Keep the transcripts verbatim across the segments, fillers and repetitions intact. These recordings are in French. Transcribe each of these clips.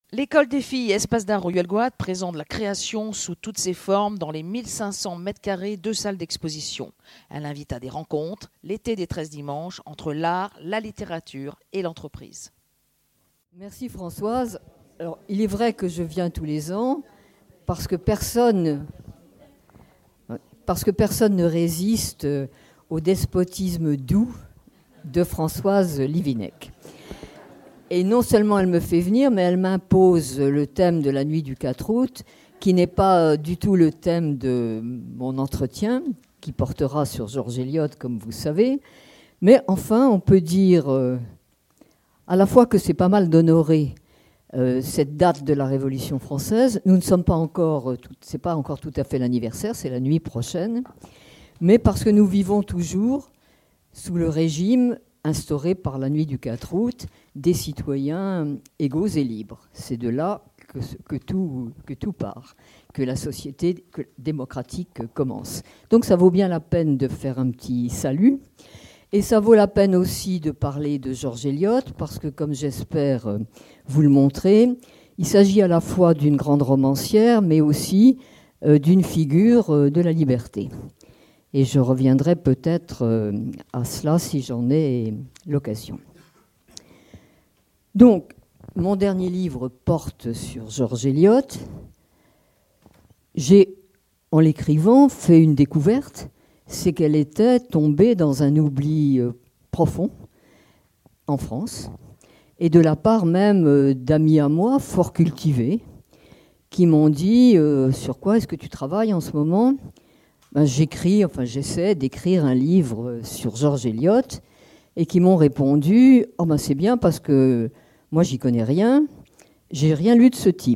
L'école des filles Espace d'art Royal-Goat présente la création sous toutes ses formes dans les mille cinq cents mètres carrés de salles d'exposition. Elle invite à des rencontres, l'été des treize dimanches, entre l'art, la littérature et l'entreprise. Merci Françoise. Alors, il est vrai que je viens tous les ans parce que personne, parce que personne ne résiste au despotisme doux de Françoise Livinec. Et non seulement elle me fait venir, mais elle m'impose le thème de la nuit du quatre août, qui n'est pas du tout le thème de mon entretien, qui portera sur George Eliot, comme vous savez. Mais enfin, on peut dire euh, à la fois que c'est pas mal d'honorer euh, cette date de la Révolution française. Nous ne sommes pas encore, tout, c'est pas encore tout à fait l'anniversaire, c'est la nuit prochaine, mais parce que nous vivons toujours sous le régime instauré par la nuit du quatre août, des citoyens égaux et libres. C'est de là que, que, tout, que tout part, que la société démocratique commence. Donc ça vaut bien la peine de faire un petit salut. Et ça vaut la peine aussi de parler de George Eliot, parce que, comme j'espère vous le montrer, il s'agit à la fois d'une grande romancière, mais aussi euh, d'une figure euh, de la liberté. Et je reviendrai peut-être euh, à cela si j'en ai l'occasion. Donc, mon dernier livre porte sur George Eliot. J'ai, en l'écrivant, fait une découverte, c'est qu'elle était tombée dans un oubli euh, profond en France, et de la part même euh, d'amis à moi, fort cultivés, qui m'ont dit euh, « Sur quoi est-ce que tu travailles en ce moment ?» Ben, j'écris, enfin j'essaie d'écrire un livre sur George Eliot et qui m'ont répondu « Oh ben c'est bien parce que moi j'y connais rien, j'ai rien lu de ce type. »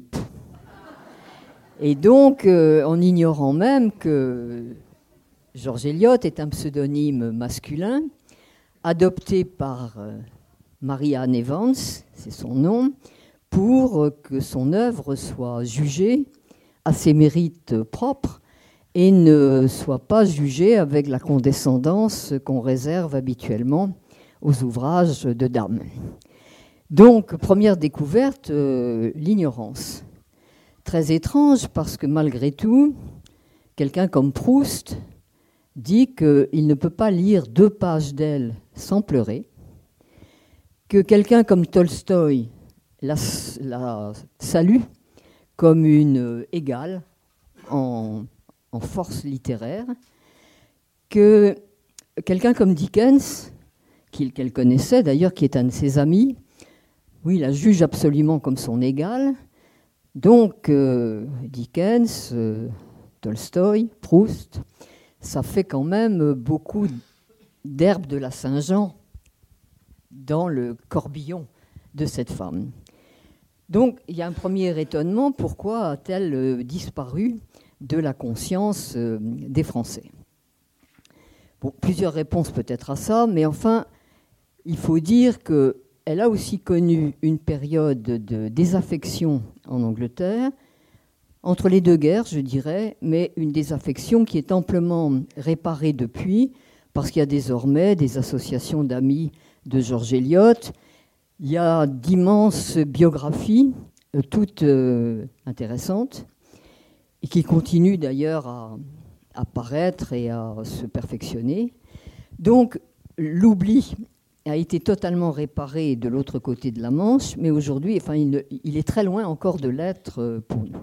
Et donc, euh, en ignorant même que George Eliot est un pseudonyme masculin, adopté par euh, Mary-Ann Evans, c'est son nom, pour que son œuvre soit jugée à ses mérites propres et ne soit pas jugé avec la condescendance qu'on réserve habituellement aux ouvrages de dames. Donc, première découverte, euh, l'ignorance. Très étrange parce que malgré tout, quelqu'un comme Proust dit qu'il ne peut pas lire deux pages d'elle sans pleurer, que quelqu'un comme Tolstoï la, la salue comme une égale en en force littéraire, que quelqu'un comme Dickens, qu'elle connaissait d'ailleurs, qui est un de ses amis, oui, la juge absolument comme son égal. Donc, euh, Dickens, euh, Tolstoï, Proust, ça fait quand même beaucoup d'herbe de la Saint-Jean dans le corbillon de cette femme. Donc, il y a un premier étonnement, pourquoi a-t-elle euh, disparu de la conscience euh, des Français? Bon, plusieurs réponses peut-être à ça, mais enfin, il faut dire qu'elle a aussi connu une période de désaffection en Angleterre, entre les deux guerres, je dirais, mais une désaffection qui est amplement réparée depuis, parce qu'il y a désormais des associations d'amis de George Eliot. Il y a d'immenses biographies, euh, toutes euh, intéressantes, et qui continuent d'ailleurs à, à paraître et à se perfectionner. Donc, l'oubli a été totalement réparé de l'autre côté de la Manche, mais aujourd'hui, enfin, il, il est très loin encore de l'être pour nous.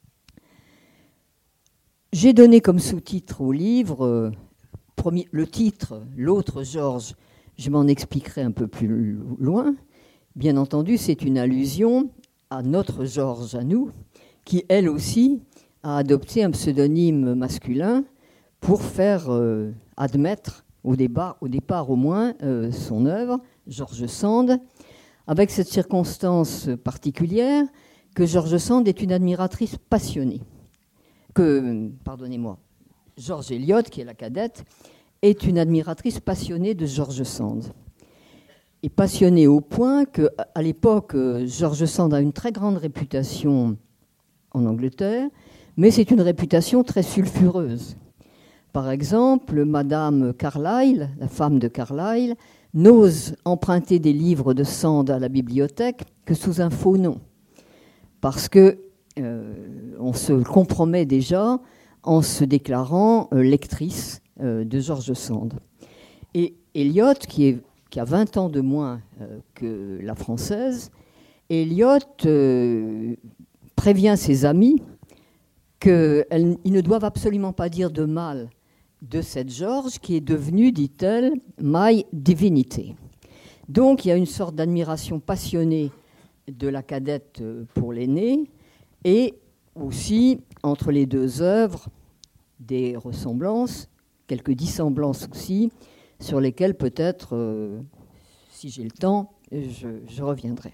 J'ai donné comme sous-titre au livre, euh, premier, le titre « L'autre George », je m'en expliquerai un peu plus loin. Bien entendu, c'est une allusion à notre George, à nous, qui, elle aussi, a adopté un pseudonyme masculin pour faire euh, admettre au, débat, au départ au moins euh, son œuvre, George Sand, avec cette circonstance particulière que George Sand est une admiratrice passionnée. Que, pardonnez-moi, George Eliot, qui est la cadette, est une admiratrice passionnée de George Sand. Et passionnée au point qu'à l'époque, George Sand a une très grande réputation en Angleterre, mais c'est une réputation très sulfureuse. Par exemple, Madame Carlyle, la femme de Carlyle, n'ose emprunter des livres de Sand à la bibliothèque que sous un faux nom. parce que euh, on se compromet déjà en se déclarant euh, lectrice euh, de George Sand. Et Eliot, qui, est, qui a vingt ans de moins euh, que la française, Eliot euh, prévient ses amis qu'ils ne doivent absolument pas dire de mal de cette George qui est devenue, dit-elle, my divinity. Donc il y a une sorte d'admiration passionnée de la cadette pour l'aîné, et aussi entre les deux œuvres des ressemblances, quelques dissemblances aussi, sur lesquelles peut-être, euh, si j'ai le temps, je, je reviendrai.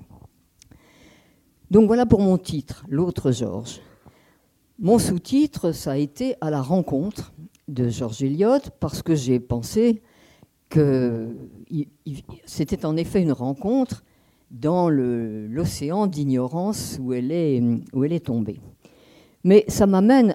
Donc voilà pour mon titre, L'autre George. Mon sous-titre, ça a été À la rencontre de George Eliot, parce que j'ai pensé que il, il, c'était en effet une rencontre dans le, l'océan d'ignorance où elle est, où elle est tombée. Mais ça m'amène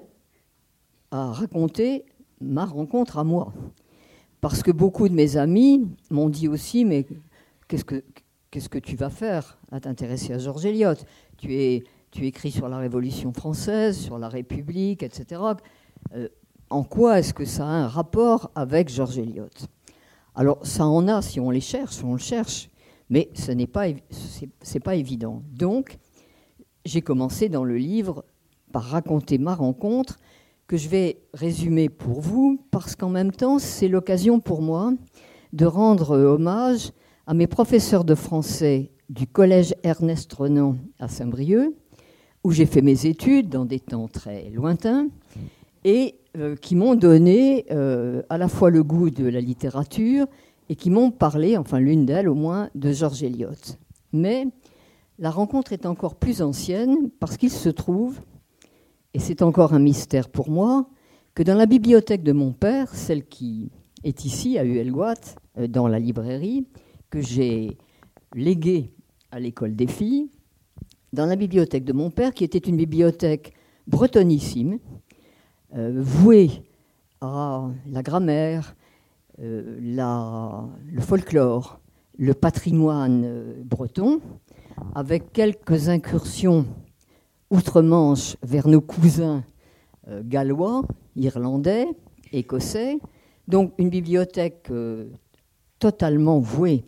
à raconter ma rencontre à moi. Parce que beaucoup de mes amis m'ont dit aussi, mais qu'est-ce que, qu'est-ce que tu vas faire à t'intéresser à George Eliot ? Tu es, tu écris sur la Révolution française, sur la République, et cetera. Euh, en quoi est-ce que ça a un rapport avec George Eliot ? Alors, ça en a si on les cherche, on le cherche, mais ce n'est pas, c'est, c'est pas évident. Donc, j'ai commencé dans le livre par raconter ma rencontre, que je vais résumer pour vous, parce qu'en même temps, c'est l'occasion pour moi de rendre hommage à mes professeurs de français du collège Ernest Renan à Saint-Brieuc, où j'ai fait mes études dans des temps très lointains, et euh, qui m'ont donné euh, à la fois le goût de la littérature et qui m'ont parlé, enfin l'une d'elles au moins, de George Eliot. Mais la rencontre est encore plus ancienne parce qu'il se trouve, et c'est encore un mystère pour moi, que dans la bibliothèque de mon père, celle qui est ici à Huelgoat, euh, dans la librairie, que j'ai léguée à l'école des filles, dans la bibliothèque de mon père, qui était une bibliothèque bretonissime, euh, vouée à la grammaire, euh, la, le folklore, le patrimoine euh, breton, avec quelques incursions outre-Manche vers nos cousins euh, gallois, irlandais, écossais. Donc une bibliothèque euh, totalement vouée,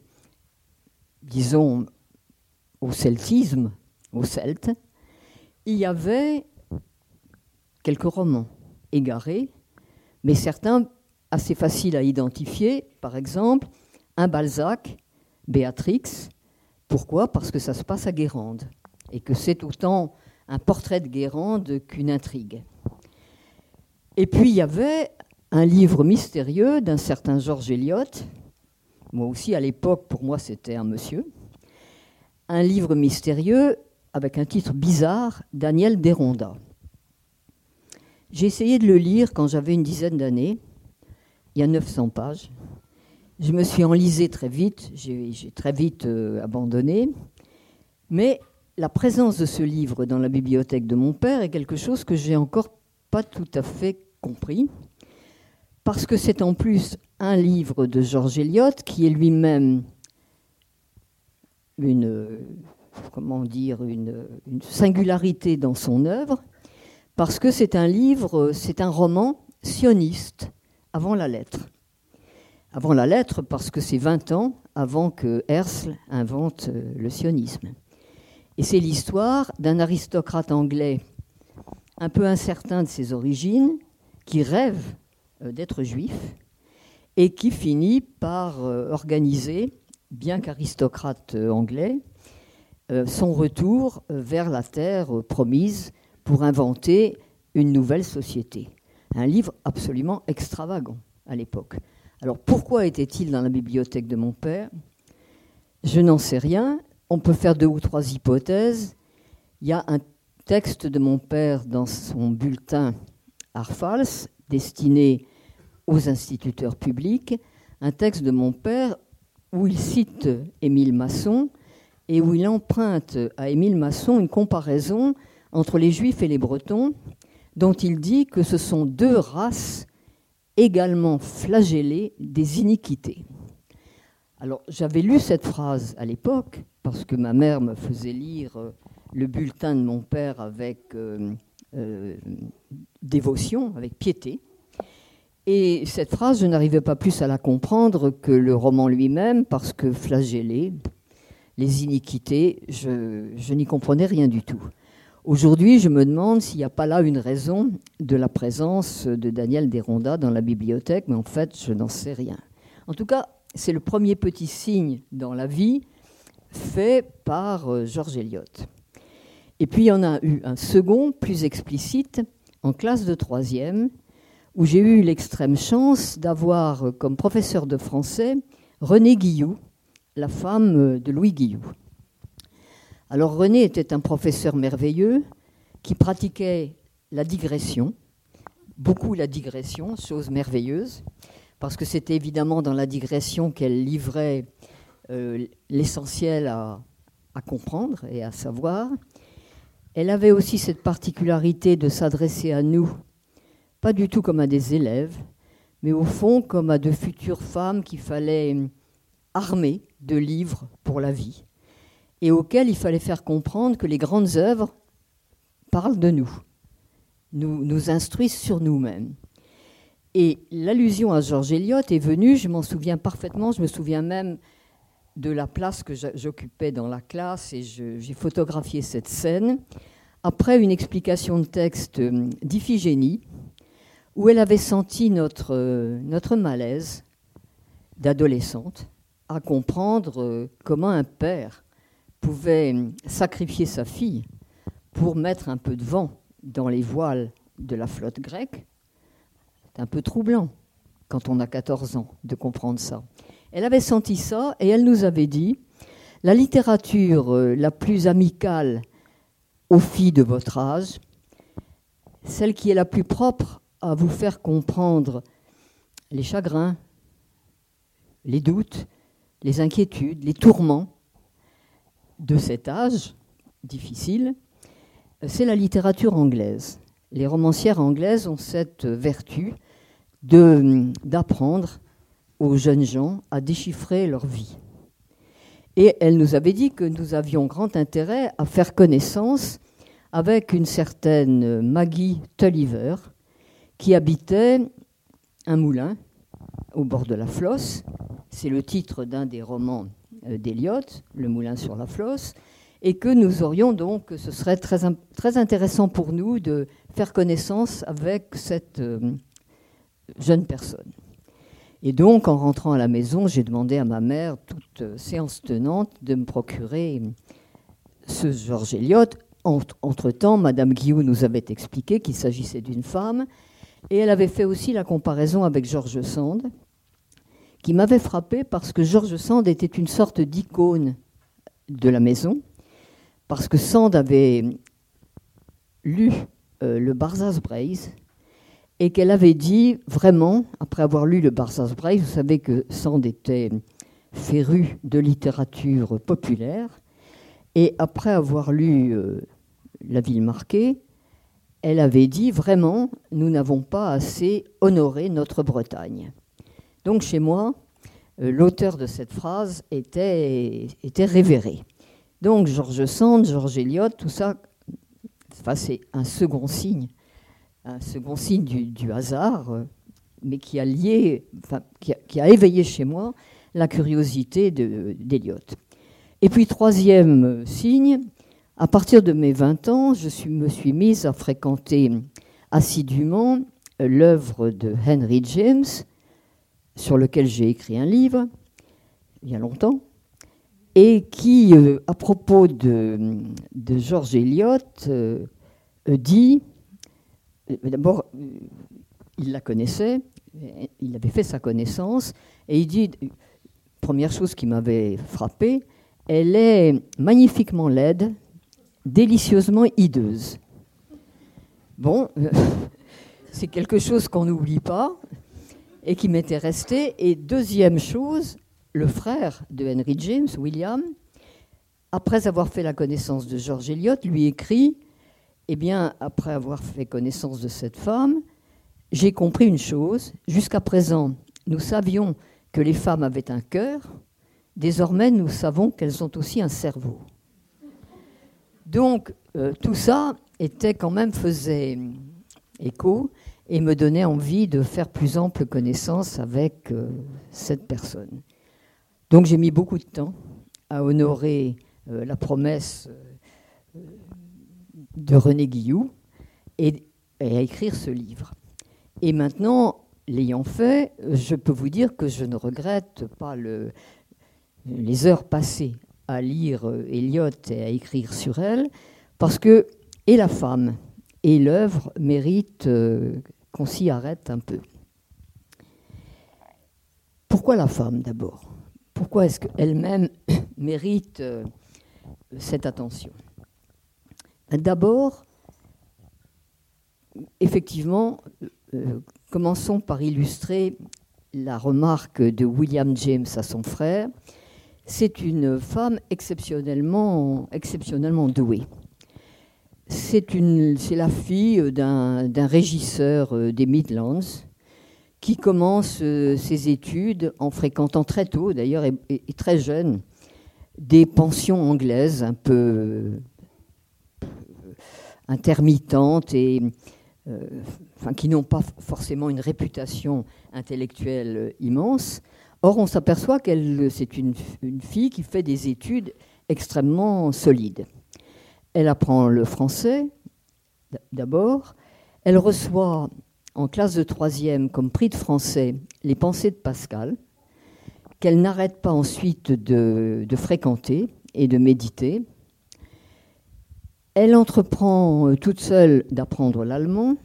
disons, au celtisme, aux Celtes. Il y avait quelques romans égarés, mais certains assez faciles à identifier. Par exemple, un Balzac, Béatrix. Pourquoi ? Parce que ça se passe à Guérande et que c'est autant un portrait de Guérande qu'une intrigue. Et puis il y avait un livre mystérieux d'un certain George Eliot. Moi aussi, à l'époque, pour moi, c'était un monsieur. Un livre mystérieux avec un titre bizarre, Daniel Deronda. J'ai essayé de le lire quand j'avais une dizaine d'années. Il y a neuf cents pages. Je me suis enlisée très vite, j'ai, j'ai très vite euh, abandonné. Mais la présence de ce livre dans la bibliothèque de mon père est quelque chose que j'ai encore pas tout à fait compris, parce que c'est en plus un livre de George Eliot qui est lui-même une, comment dire, une, une singularité dans son œuvre, parce que c'est un livre, c'est un roman sioniste avant la lettre. Avant la lettre parce que c'est vingt ans avant que Herzl invente le sionisme. Et c'est l'histoire d'un aristocrate anglais un peu incertain de ses origines, qui rêve d'être juif et qui finit par organiser, bien qu'aristocrate anglais, son retour vers la terre promise pour inventer une nouvelle société. Un livre absolument extravagant à l'époque. Alors pourquoi était-il dans la bibliothèque de mon père ? Je n'en sais rien. On peut faire deux ou trois hypothèses. Il y a un texte de mon père dans son bulletin Arfals, destiné aux instituteurs publics, un texte de mon père où il cite Émile Masson et où il emprunte à Émile Masson une comparaison entre les Juifs et les Bretons, dont il dit que ce sont deux races également flagellées des iniquités. Alors, j'avais lu cette phrase à l'époque, parce que ma mère me faisait lire le bulletin de mon père avec euh, euh, dévotion, avec piété. Et cette phrase, je n'arrivais pas plus à la comprendre que le roman lui-même, parce que flagellé, les iniquités, je, je n'y comprenais rien du tout. Aujourd'hui, je me demande s'il n'y a pas là une raison de la présence de Daniel Deronda dans la bibliothèque, mais en fait, je n'en sais rien. En tout cas, c'est le premier petit signe dans la vie fait par euh, George Eliot. Et puis, il y en a eu un second, plus explicite, en classe de troisième, où j'ai eu l'extrême chance d'avoir comme professeur de français Renée Guilloux, la femme de Louis Guilloux. Alors René était un professeur merveilleux qui pratiquait la digression, beaucoup la digression, chose merveilleuse, parce que c'était évidemment dans la digression qu'elle livrait euh, l'essentiel à, à comprendre et à savoir. Elle avait aussi cette particularité de s'adresser à nous, pas du tout comme à des élèves, mais au fond comme à de futures femmes qu'il fallait armer de livres pour la vie, et auxquels il fallait faire comprendre que les grandes œuvres parlent de nous, nous, nous instruisent sur nous-mêmes. Et l'allusion à George Eliot est venue, je m'en souviens parfaitement, je me souviens même de la place que j'occupais dans la classe, et je, j'ai photographié cette scène, après une explication de texte d'Iphigénie, où elle avait senti notre, notre malaise d'adolescente à comprendre comment un père pouvait sacrifier sa fille pour mettre un peu de vent dans les voiles de la flotte grecque. C'est un peu troublant quand on a quatorze ans de comprendre ça. Elle avait senti ça et elle nous avait dit « La littérature la plus amicale aux filles de votre âge, celle qui est la plus propre à vous faire comprendre les chagrins, les doutes, les inquiétudes, les tourments de cet âge difficile, c'est la littérature anglaise. Les romancières anglaises ont cette vertu de, d'apprendre aux jeunes gens à déchiffrer leur vie. Et elle nous avait dit que nous avions grand intérêt à faire connaissance avec une certaine Maggie Tulliver, qui habitait un moulin au bord de la Flosse. C'est le titre d'un des romans d'Eliot, Le moulin sur la Flosse, et que nous aurions donc, ce serait très, très intéressant pour nous de faire connaissance avec cette euh, jeune personne. Et donc, en rentrant à la maison, j'ai demandé à ma mère, toute euh, séance tenante, de me procurer ce George Eliot. Entre-temps, Madame Guilloux nous avait expliqué qu'il s'agissait d'une femme, et elle avait fait aussi la comparaison avec George Sand, qui m'avait frappée parce que George Sand était une sorte d'icône de la maison, parce que Sand avait lu euh, le Barzaz Braze, et qu'elle avait dit vraiment, après avoir lu le Barzaz Braze, vous savez que Sand était féru de littérature populaire, et après avoir lu euh, La ville marquée, elle avait dit vraiment, nous n'avons pas assez honoré notre Bretagne. Donc chez moi, euh, l'auteur de cette phrase était, était révéré. Donc George Sand, George Eliot, tout ça, enfin, c'est un second signe, un second signe du, du hasard, euh, mais qui a lié, enfin, qui a, qui a éveillé chez moi la curiosité de, d'Eliot. Et puis troisième signe, à partir de mes vingt ans, je suis, me suis mise à fréquenter assidûment l'œuvre de Henry James, sur lequel j'ai écrit un livre, il y a longtemps, et qui, euh, à propos de, de George Eliot, euh, dit, euh, d'abord, euh, il la connaissait, il avait fait sa connaissance, et il dit, première chose qui m'avait frappée, elle est magnifiquement laide, délicieusement hideuse. Bon, euh, c'est quelque chose qu'on n'oublie pas et qui m'était resté. Et deuxième chose, le frère de Henry James, William, après avoir fait la connaissance de George Eliot, lui écrit, eh bien, après avoir fait connaissance de cette femme, j'ai compris une chose. Jusqu'à présent, nous savions que les femmes avaient un cœur. Désormais, nous savons qu'elles ont aussi un cerveau. Donc, euh, tout ça était quand même, faisait écho et me donnait envie de faire plus ample connaissance avec euh, cette personne. Donc, j'ai mis beaucoup de temps à honorer euh, la promesse euh, de René Guilloux et, et à écrire ce livre. Et maintenant, l'ayant fait, je peux vous dire que je ne regrette pas le, les heures passées à lire Eliot et à écrire sur elle, parce que et la femme et l'œuvre méritent euh, qu'on s'y arrête un peu. Pourquoi la femme d'abord ? Pourquoi est-ce qu'elle-même mérite euh, cette attention ? D'abord, effectivement, euh, commençons par illustrer la remarque de William James à son frère. C'est une femme exceptionnellement, exceptionnellement douée. C'est, une, c'est la fille d'un, d'un régisseur des Midlands qui commence ses études en fréquentant très tôt, d'ailleurs, et, et très jeune, des pensions anglaises un peu intermittentes et euh, enfin, qui n'ont pas forcément une réputation intellectuelle immense. Or, on s'aperçoit qu'elle, c'est une, une fille qui fait des études extrêmement solides. Elle apprend le français, d'abord. Elle reçoit en classe de troisième comme prix de français les pensées de Pascal, qu'elle n'arrête pas ensuite de, de fréquenter et de méditer. Elle entreprend toute seule d'apprendre l'allemand.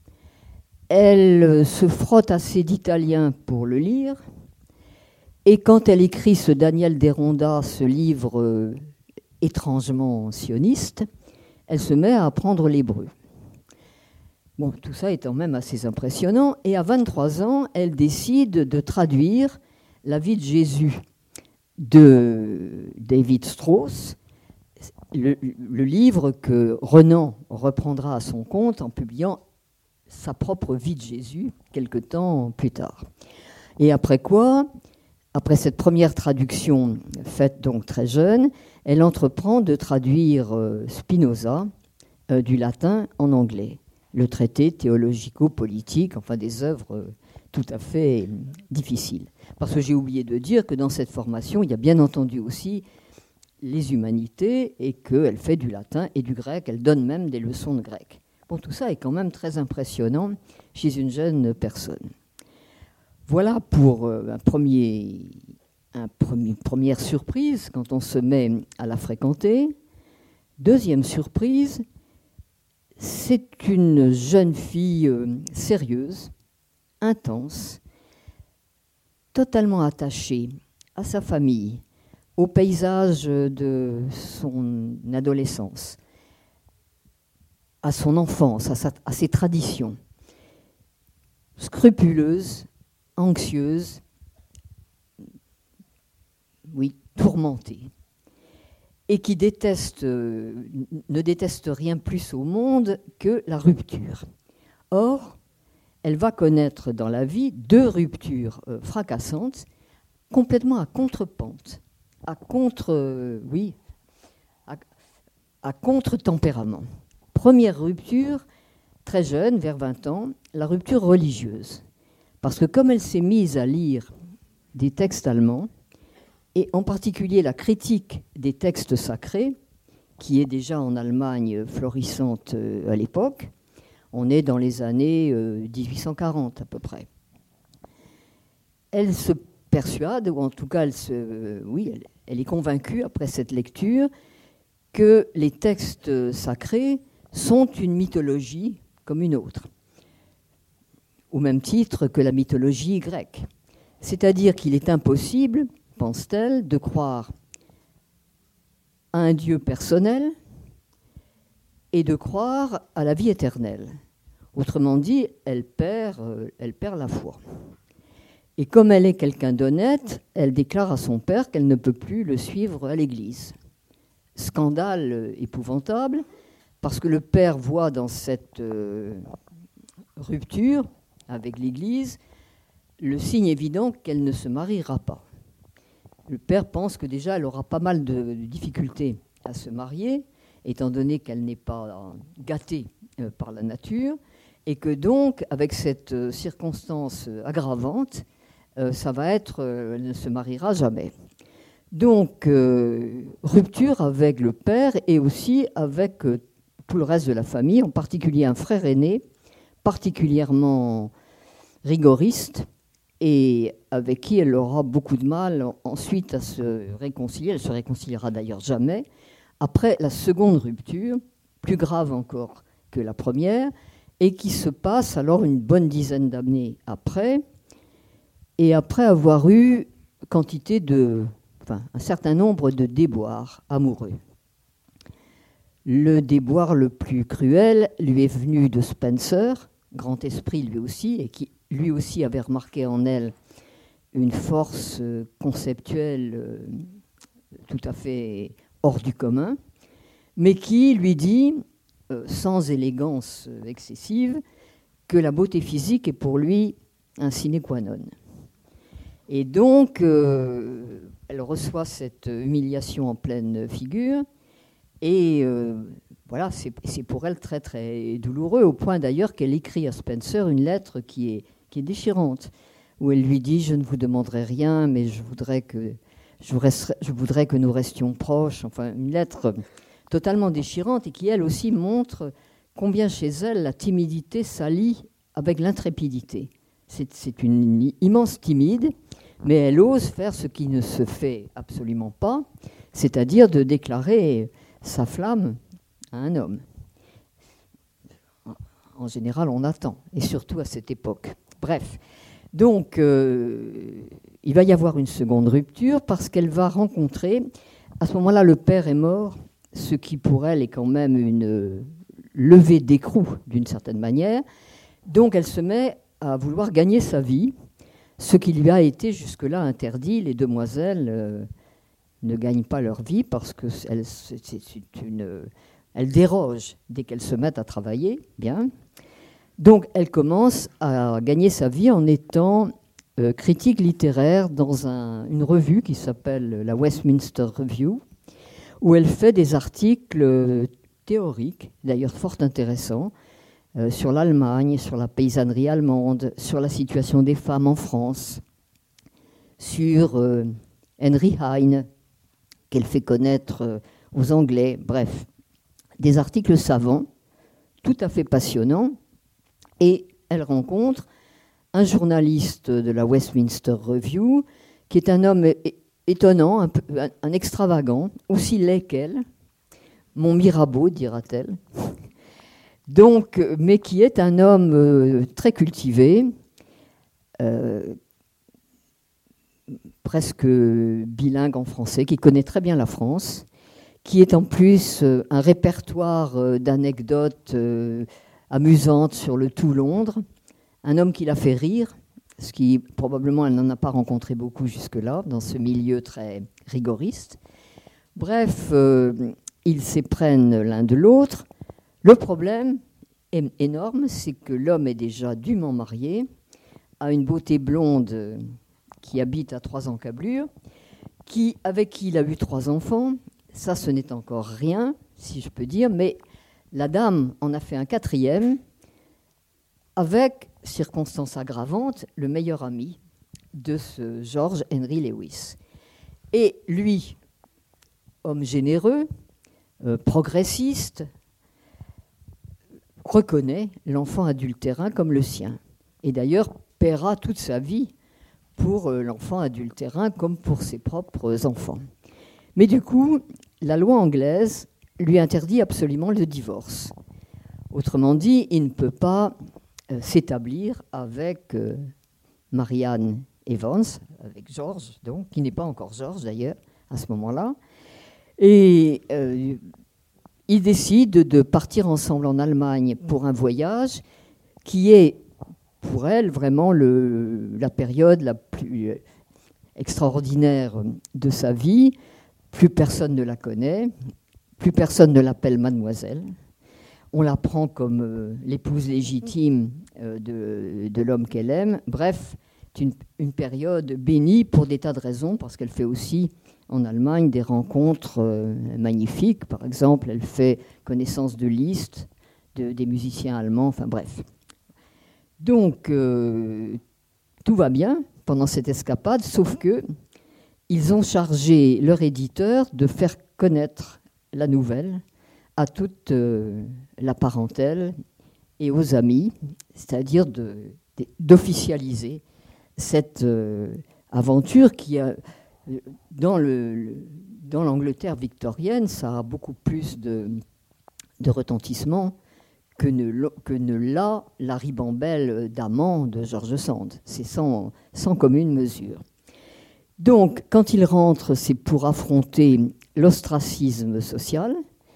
Elle se frotte assez d'italien pour le lire. Et quand elle écrit ce Daniel Deronda, ce livre euh, étrangement sioniste, elle se met à apprendre l'hébreu. Bon, tout ça étant même assez impressionnant. Et à vingt-trois ans, elle décide de traduire La vie de Jésus de David Strauss, le, le livre que Renan reprendra à son compte en publiant sa propre vie de Jésus quelque temps plus tard. Et après quoi, après cette première traduction faite donc très jeune, elle entreprend de traduire euh, Spinoza euh, du latin en anglais, le traité théologico-politique, enfin des œuvres euh, tout à fait euh, difficiles. Parce que j'ai oublié de dire que dans cette formation, il y a bien entendu aussi les humanités et qu'elle fait du latin et du grec, elle donne même des leçons de grec. Bon, tout ça est quand même très impressionnant chez une jeune personne. Voilà pour un premier, un premier, première surprise quand on se met à la fréquenter. Deuxième surprise, c'est une jeune fille sérieuse, intense, totalement attachée à sa famille, au paysage de son adolescence, à son enfance, à, sa, à ses traditions, scrupuleuse, anxieuse, oui, tourmentée, et qui déteste, euh, ne déteste rien plus au monde que la rupture. Or, elle va connaître dans la vie deux ruptures euh, fracassantes, complètement à contre-pente, à contre, euh, oui, à, à contre-tempérament. Première rupture, très jeune, vers vingt ans, la rupture religieuse. Parce que comme elle s'est mise à lire des textes allemands, et en particulier la critique des textes sacrés, qui est déjà en Allemagne florissante à l'époque, on est dans les années dix-huit cent quarante à peu près. Elle se persuade, ou en tout cas, elle, se, oui, elle, elle est convaincue après cette lecture que les textes sacrés sont une mythologie comme une autre, au même titre que la mythologie grecque. C'est-à-dire qu'il est impossible, pense-t-elle, de croire à un Dieu personnel et de croire à la vie éternelle. Autrement dit, elle perd, euh, elle perd la foi. Et comme elle est quelqu'un d'honnête, elle déclare à son père qu'elle ne peut plus le suivre à l'église. Scandale épouvantable, parce que le père voit dans cette euh, rupture avec l'église le signe évident qu'elle ne se mariera pas. Le père pense que déjà elle aura pas mal de difficultés à se marier étant donné qu'elle n'est pas gâtée euh, par la nature, et que donc, avec cette euh, circonstance aggravante, euh, ça va être, euh, elle ne se mariera jamais. Donc, euh, rupture avec le père et aussi avec euh, tout le reste de la famille, en particulier un frère aîné, particulièrement rigoriste, et avec qui elle aura beaucoup de mal ensuite à se réconcilier. Elle ne se réconciliera d'ailleurs jamais. Après la seconde rupture, plus grave encore que la première, et qui se passe alors une bonne dizaine d'années après, et après avoir eu quantité de, enfin, un certain nombre de déboires amoureux. Le déboire le plus cruel lui est venu de Spencer, grand esprit lui aussi, et qui lui aussi avait remarqué en elle une force conceptuelle tout à fait hors du commun, mais qui lui dit, sans élégance excessive, que la beauté physique est pour lui un sine qua non. Et donc, euh, elle reçoit cette humiliation en pleine figure, et euh, voilà, c'est, c'est pour elle très très douloureux, au point d'ailleurs qu'elle écrit à Spencer une lettre qui est, qui est déchirante, où elle lui dit « Je ne vous demanderai rien, mais je voudrais que, je resterai, je voudrais que nous restions proches », enfin une lettre totalement déchirante, et qui elle aussi montre combien chez elle la timidité s'allie avec l'intrépidité. C'est, c'est une immense timide, mais elle ose faire ce qui ne se fait absolument pas, c'est-à-dire de déclarer sa flamme à un homme. En général, on attend, et surtout à cette époque. Bref, donc euh, il va y avoir une seconde rupture parce qu'elle va rencontrer, à ce moment-là, le père est mort, ce qui pour elle est quand même une levée d'écrou d'une certaine manière. Donc elle se met à vouloir gagner sa vie, ce qui lui a été jusque-là interdit. Les demoiselles euh, ne gagnent pas leur vie parce que elles, c'est, c'est une, elles dérogent dès qu'elles se mettent à travailler. Bien. Donc elle commence à gagner sa vie en étant euh, critique littéraire dans un, une revue qui s'appelle la Westminster Review, où elle fait des articles théoriques, d'ailleurs fort intéressants, euh, sur l'Allemagne, sur la paysannerie allemande, sur la situation des femmes en France, sur euh, Henry Heine, qu'elle fait connaître euh, aux Anglais, bref, des articles savants, tout à fait passionnants, et elle rencontre un journaliste de la Westminster Review, qui est un homme étonnant, un, peu, un, un extravagant, aussi laid qu'elle, mon Mirabeau, dira-t-elle, donc, mais qui est un homme euh, très cultivé, euh, presque bilingue en français, qui connaît très bien la France, qui est en plus euh, un répertoire euh, d'anecdotes euh, amusantes sur le tout Londres, un homme qui la fait rire, ce qui probablement elle n'en a pas rencontré beaucoup jusque-là, dans ce milieu très rigoriste. Bref, euh, ils s'éprennent l'un de l'autre. Le problème est énorme, c'est que l'homme est déjà dûment marié, a une beauté blonde qui habite à trois encablures, qui, avec qui il a eu trois enfants. Ça, ce n'est encore rien, si je peux dire, mais la dame en a fait un quatrième, avec, circonstance aggravante, le meilleur ami de ce George Henry Lewis. Et lui, homme généreux, euh, progressiste, reconnaît l'enfant adultérin comme le sien. Et d'ailleurs, paiera toute sa vie pour euh, l'enfant adultérin comme pour ses propres enfants. Mais du coup, la loi anglaise lui interdit absolument le divorce. Autrement dit, il ne peut pas euh, s'établir avec euh, Marianne Evans, avec George, donc, qui n'est pas encore George d'ailleurs, à ce moment-là. Et euh, ils décident de partir ensemble en Allemagne pour un voyage qui est, pour elle, vraiment le, la période la plus extraordinaire de sa vie. Plus personne ne la connaît, plus personne ne l'appelle mademoiselle. On la prend comme euh, l'épouse légitime euh, de, de l'homme qu'elle aime. Bref, c'est une, une période bénie pour des tas de raisons, parce qu'elle fait aussi en Allemagne des rencontres euh, magnifiques. Par exemple, elle fait connaissance de Liszt, de, des musiciens allemands, enfin bref. Donc, euh, tout va bien pendant cette escapade, sauf que ils ont chargé leur éditeur de faire connaître la nouvelle à toute euh, la parentèle et aux amis, c'est-à-dire de, de, d'officialiser cette euh, aventure qui a, dans, le, le, dans l'Angleterre victorienne, ça a beaucoup plus de, de retentissement que ne, que ne l'a la ribambelle d'amants de George Sand. C'est sans, sans commune mesure. Donc, quand il rentre, c'est pour affronter l'ostracisme social.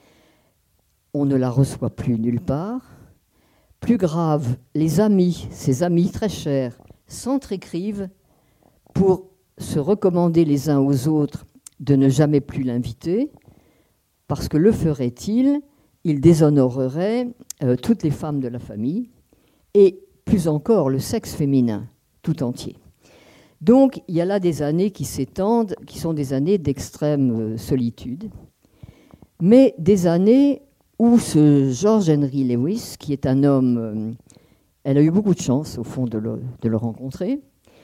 On ne la reçoit plus nulle part. Plus grave, les amis, ses amis très chers, s'entre-écrivent pour se recommander les uns aux autres de ne jamais plus l'inviter, parce que le ferait-il, il déshonorerait euh, toutes les femmes de la famille, et plus encore le sexe féminin tout entier. Donc, il y a là des années qui s'étendent, qui sont des années d'extrême solitude, mais des années où ce George Henry Lewis, qui est un homme, euh, elle a eu beaucoup de chance, au fond, de le, de le rencontrer,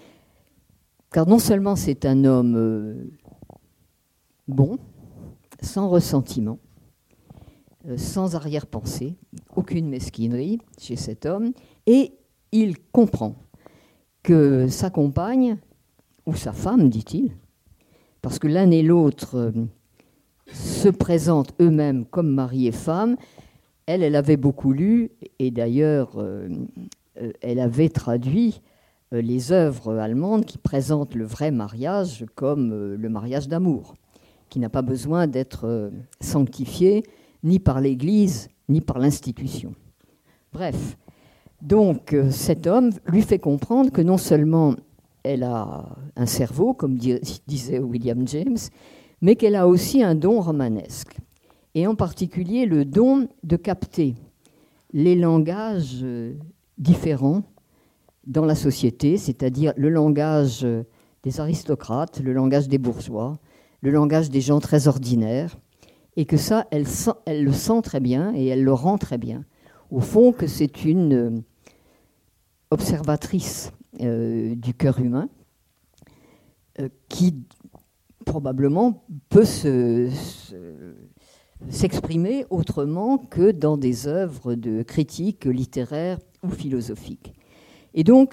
car non seulement c'est un homme euh, bon, sans ressentiment, euh, sans arrière-pensée, aucune mesquinerie chez cet homme, et il comprend que sa compagne, ou sa femme, dit-il, parce que l'un et l'autre euh, se présentent eux-mêmes comme mari et femme. Elle, elle avait beaucoup lu, et d'ailleurs, euh, euh, elle avait traduit euh, les œuvres allemandes qui présentent le vrai mariage comme euh, le mariage d'amour, qui n'a pas besoin d'être euh, sanctifié ni par l'Église, ni par l'institution. Bref, donc euh, cet homme lui fait comprendre que non seulement elle a un cerveau, comme disait William James, mais qu'elle a aussi un don romanesque, et en particulier le don de capter les langages différents dans la société, c'est-à-dire le langage des aristocrates, le langage des bourgeois, le langage des gens très ordinaires, et que ça, elle, sent, elle le sent très bien et elle le rend très bien. Au fond, que c'est une observatrice euh, du cœur humain euh, qui probablement peut se, se, s'exprimer autrement que dans des œuvres de critique littéraire ou philosophique. Et donc,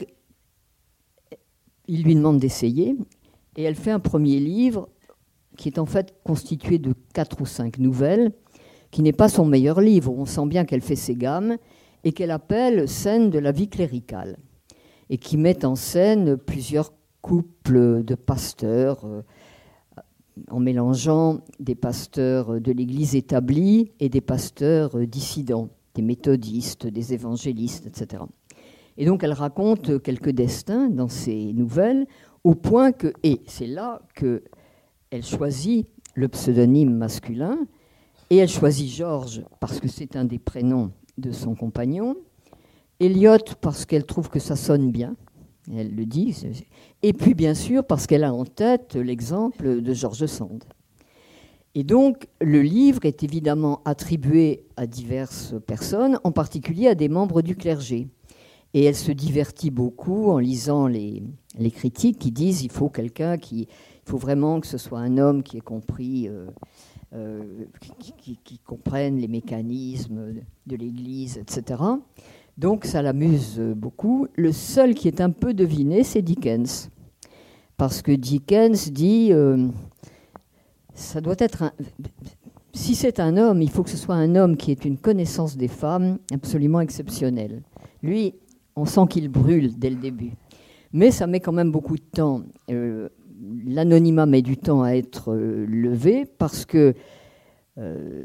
il lui demande d'essayer, et elle fait un premier livre qui est en fait constitué de quatre ou cinq nouvelles, qui n'est pas son meilleur livre. On sent bien qu'elle fait ses gammes, et qu'elle appelle « Scènes de la vie cléricale », et qui met en scène plusieurs couples de pasteurs, euh, en mélangeant des pasteurs de l'Église établie et des pasteurs dissidents, des méthodistes, des évangélistes, et cetera. Et donc elle raconte quelques destins dans ces nouvelles, au point que, et c'est là qu'elle choisit le pseudonyme masculin, et elle choisit Georges parce que c'est un des prénoms de son compagnon, Eliot parce qu'elle trouve que ça sonne bien, elle le dit, et puis bien sûr parce qu'elle a en tête l'exemple de George Sand. Et donc le livre est évidemment attribué à diverses personnes, en particulier à des membres du clergé. Et elle se divertit beaucoup en lisant les, les critiques qui disent qu'il faut quelqu'un qui, il faut vraiment que ce soit un homme qui ait compris, euh, euh, qui, qui, qui comprenne les mécanismes de l'Église, et cetera. Donc ça l'amuse beaucoup. Le seul qui est un peu deviné, c'est Dickens. Parce que Dickens dit, euh, ça doit être un, si c'est un homme, il faut que ce soit un homme qui ait une connaissance des femmes absolument exceptionnelle. Lui, on sent qu'il brûle dès le début. Mais ça met quand même beaucoup de temps. Euh, l'anonymat met du temps à être euh, levé parce que euh,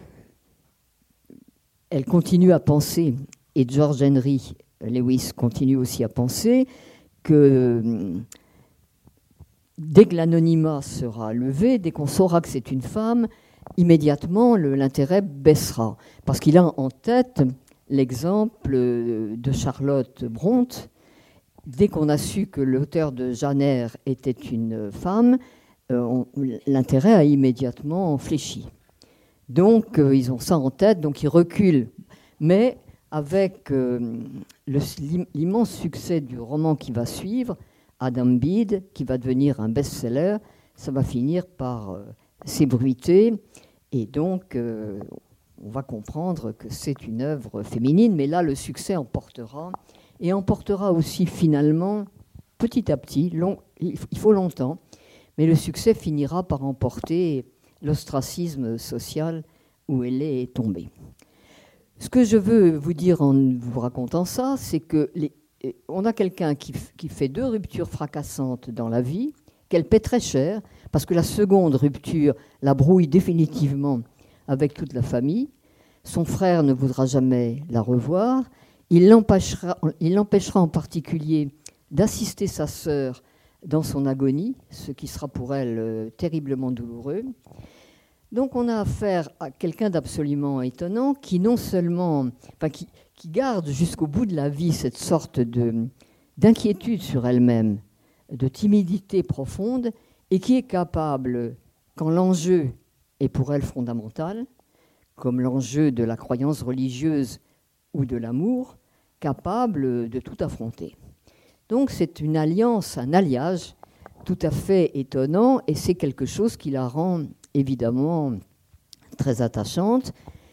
elle continue à penser, et George Henry Lewis continue aussi à penser, que euh, dès que l'anonymat sera levé, dès qu'on saura que c'est une femme, immédiatement le, l'intérêt baissera. Parce qu'il a en tête l'exemple de Charlotte Brontë. Dès qu'on a su que l'auteur de Jeanne d'Arc était une femme, euh, l'intérêt a immédiatement fléchi. Donc, euh, ils ont ça en tête, donc ils reculent. Mais avec euh, l'immense succès du roman qui va suivre, Adam Bede, qui va devenir un best-seller, ça va finir par euh, s'ébruiter. Et donc, euh, on va comprendre que c'est une œuvre féminine. Mais là, le succès emportera. Et emportera aussi finalement, petit à petit, long, il faut longtemps, mais le succès finira par emporter l'ostracisme social où elle est tombée. Ce que je veux vous dire en vous racontant ça, c'est que les, on a quelqu'un qui, qui fait deux ruptures fracassantes dans la vie, qu'elle paie très cher, parce que la seconde rupture la brouille définitivement avec toute la famille. Son frère ne voudra jamais la revoir. Il l'empêchera, il l'empêchera en particulier d'assister sa sœur dans son agonie, ce qui sera pour elle euh, terriblement douloureux. Donc on a affaire à quelqu'un d'absolument étonnant qui non seulement, enfin, qui, qui garde jusqu'au bout de la vie cette sorte de, d'inquiétude sur elle-même, de timidité profonde, et qui est capable, quand l'enjeu est pour elle fondamental, comme l'enjeu de la croyance religieuse ou de l'amour, capable de tout affronter. Donc c'est une alliance, un alliage tout à fait étonnant, et c'est quelque chose qui la rend évidemment très attachante,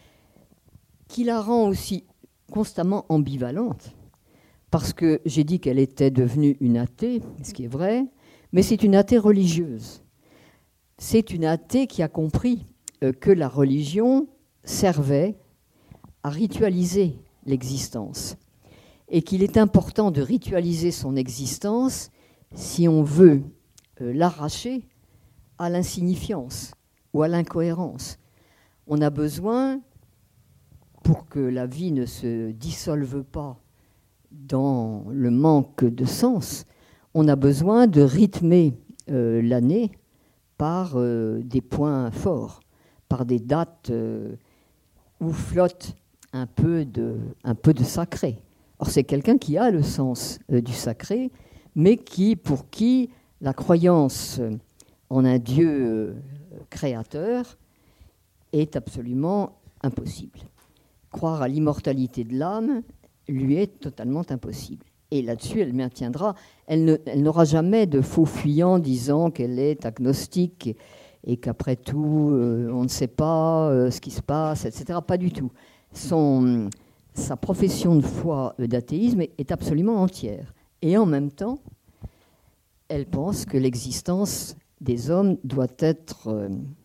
qui la rend aussi constamment ambivalente, parce que j'ai dit qu'elle était devenue une athée, ce qui est vrai, mais c'est une athée religieuse. C'est une athée qui a compris euh, que la religion servait à ritualiser l'existence et qu'il est important de ritualiser son existence si on veut euh, l'arracher à l'insignifiance ou à l'incohérence. On a besoin, pour que la vie ne se dissolve pas dans le manque de sens, on a besoin de rythmer euh, l'année par euh, des points forts, par des dates euh, où flotte un peu de, un peu de sacré. Or, c'est quelqu'un qui a le sens euh, du sacré, mais qui, pour qui la croyance en un Dieu euh, créateur est absolument impossible. Croire à l'immortalité de l'âme lui est totalement impossible. Et là-dessus, elle maintiendra, elle, ne, elle n'aura jamais de faux fuyants disant qu'elle est agnostique et, et qu'après tout, euh, on ne sait pas euh, ce qui se passe, et cetera. Pas du tout. Son, sa profession de foi euh, d'athéisme est, est absolument entière. Et en même temps, elle pense que l'existence des hommes doit être euh,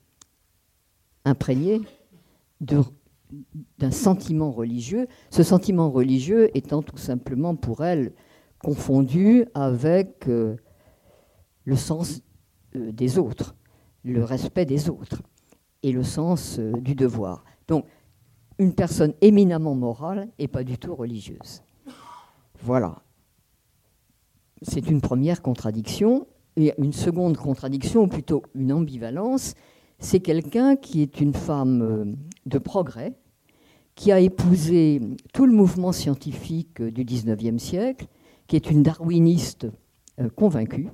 imprégnée de, d'un sentiment religieux, ce sentiment religieux étant tout simplement pour elle confondu avec euh, le sens euh, des autres, le respect des autres et le sens euh, du devoir. Donc, une personne éminemment morale et pas du tout religieuse. Voilà. C'est une première contradiction. Et une seconde contradiction, ou plutôt une ambivalence, c'est quelqu'un qui est une femme de progrès, qui a épousé tout le mouvement scientifique du dix-neuvième siècle, qui est une darwiniste convaincue,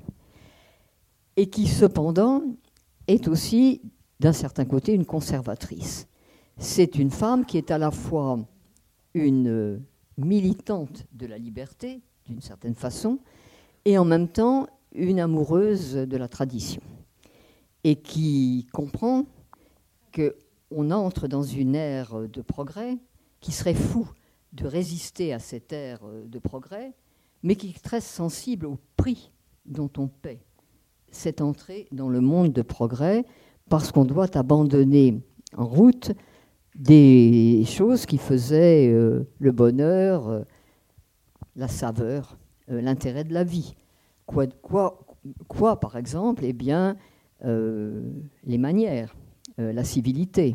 et qui cependant est aussi, d'un certain côté, une conservatrice. C'est une femme qui est à la fois une militante de la liberté, d'une certaine façon, et en même temps une amoureuse de la tradition, et qui comprend qu'on entre dans une ère de progrès, qui serait fou de résister à cette ère de progrès, mais qui est très sensible au prix dont on paie cette entrée dans le monde de progrès, parce qu'on doit abandonner en route des choses qui faisaient euh, le bonheur, euh, la saveur, euh, l'intérêt de la vie. Quoi, quoi, quoi, par exemple, eh bien, euh, les manières, euh, la civilité,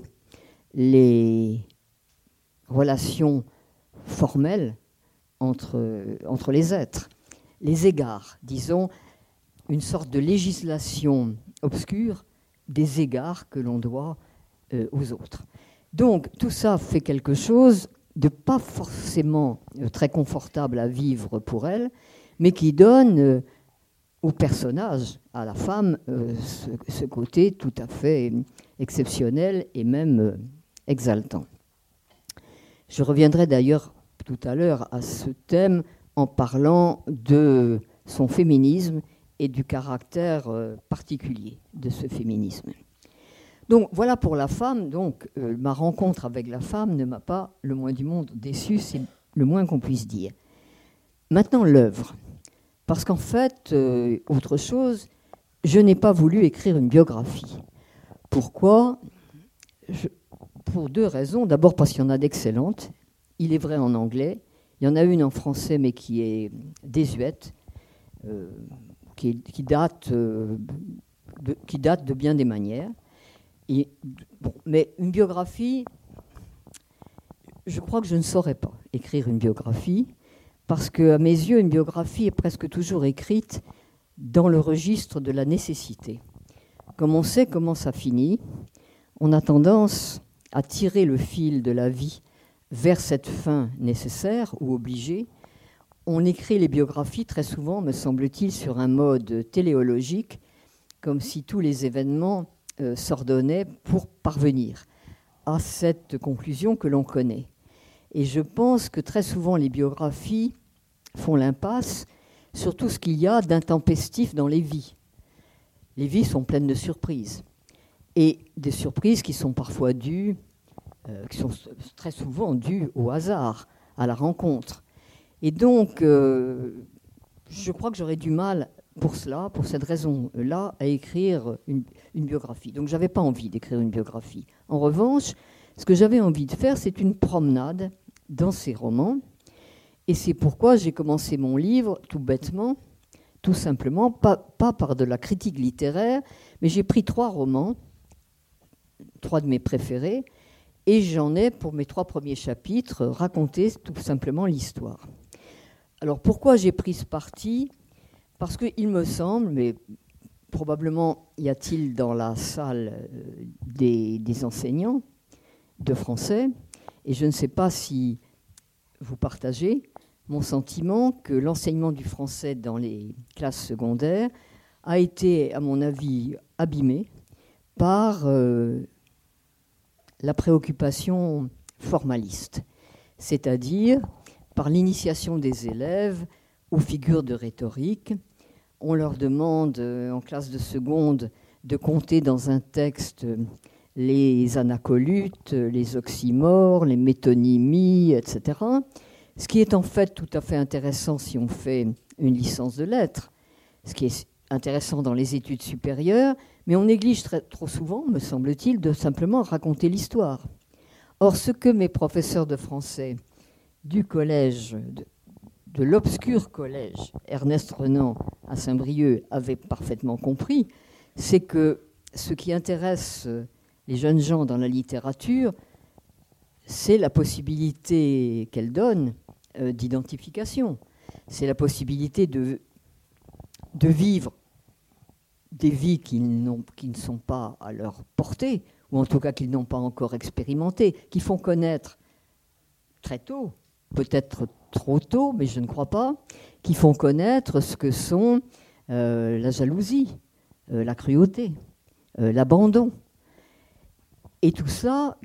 les relations formelles entre, entre les êtres, les égards, disons, une sorte de législation obscure des égards que l'on doit euh, aux autres. Donc, tout ça fait quelque chose de pas forcément euh, très confortable à vivre pour elle, mais qui donne... Euh, au personnage, à la femme, euh, ce, ce côté tout à fait exceptionnel et même euh, exaltant. Je reviendrai d'ailleurs tout à l'heure à ce thème en parlant de son féminisme et du caractère euh, particulier de ce féminisme. Donc voilà pour la femme. Donc euh, ma rencontre avec la femme ne m'a pas le moins du monde déçu, c'est le moins qu'on puisse dire. Maintenant l'œuvre. Parce qu'en fait, euh, autre chose, je n'ai pas voulu écrire une biographie. Pourquoi ? je, Pour deux raisons. D'abord parce qu'il y en a d'excellentes. Il est vrai en anglais. Il y en a une en français, mais qui est désuète, euh, qui, qui, date, euh, de, qui date de bien des manières. Et, bon, mais une biographie, je crois que je ne saurais pas écrire une biographie. Parce qu'à mes yeux, une biographie est presque toujours écrite dans le registre de la nécessité. Comme on sait comment ça finit, on a tendance à tirer le fil de la vie vers cette fin nécessaire ou obligée. On écrit les biographies très souvent, me semble-t-il, sur un mode téléologique, comme si tous les événements euh, s'ordonnaient pour parvenir à cette conclusion que l'on connaît. Et je pense que très souvent, les biographies font l'impasse sur tout ce qu'il y a d'intempestif dans les vies. Les vies sont pleines de surprises. Et des surprises qui sont parfois dues, euh, qui sont très souvent dues au hasard, à la rencontre. Et donc, euh, je crois que j'aurais du mal pour cela, pour cette raison-là, à écrire une, une biographie. Donc, je n'avais pas envie d'écrire une biographie. En revanche, ce que j'avais envie de faire, c'est une promenade dans ces romans. Et c'est pourquoi j'ai commencé mon livre, tout bêtement, tout simplement, pas, pas par de la critique littéraire, mais j'ai pris trois romans, trois de mes préférés, et j'en ai, pour mes trois premiers chapitres, raconté tout simplement l'histoire. Alors, pourquoi j'ai pris ce parti ? Parce qu'il me semble, mais probablement y a-t-il dans la salle des, des enseignants de français, et je ne sais pas si vous partagez mon sentiment que l'enseignement du français dans les classes secondaires a été, à mon avis, abîmé par euh, la préoccupation formaliste, c'est-à-dire par l'initiation des élèves aux figures de rhétorique. On leur demande euh, en classe de seconde de compter dans un texte les anacolutes, les oxymores, les métonymies, et cetera. Ce qui est en fait tout à fait intéressant si on fait une licence de lettres, ce qui est intéressant dans les études supérieures, mais on néglige très, trop souvent, me semble-t-il, de simplement raconter l'histoire. Or, ce que mes professeurs de français du collège, de, de l'obscur collège Ernest Renan à Saint-Brieuc avaient parfaitement compris, c'est que ce qui intéresse les jeunes gens dans la littérature, c'est la possibilité qu'elle donne euh, d'identification. C'est la possibilité de, de vivre des vies qui, n'ont, qui ne sont pas à leur portée, ou en tout cas qu'ils n'ont pas encore expérimentées, qui font connaître très tôt, peut-être trop tôt, mais je ne crois pas, qui font connaître ce que sont euh, la jalousie, euh, la cruauté, euh, l'abandon. Et tout ça,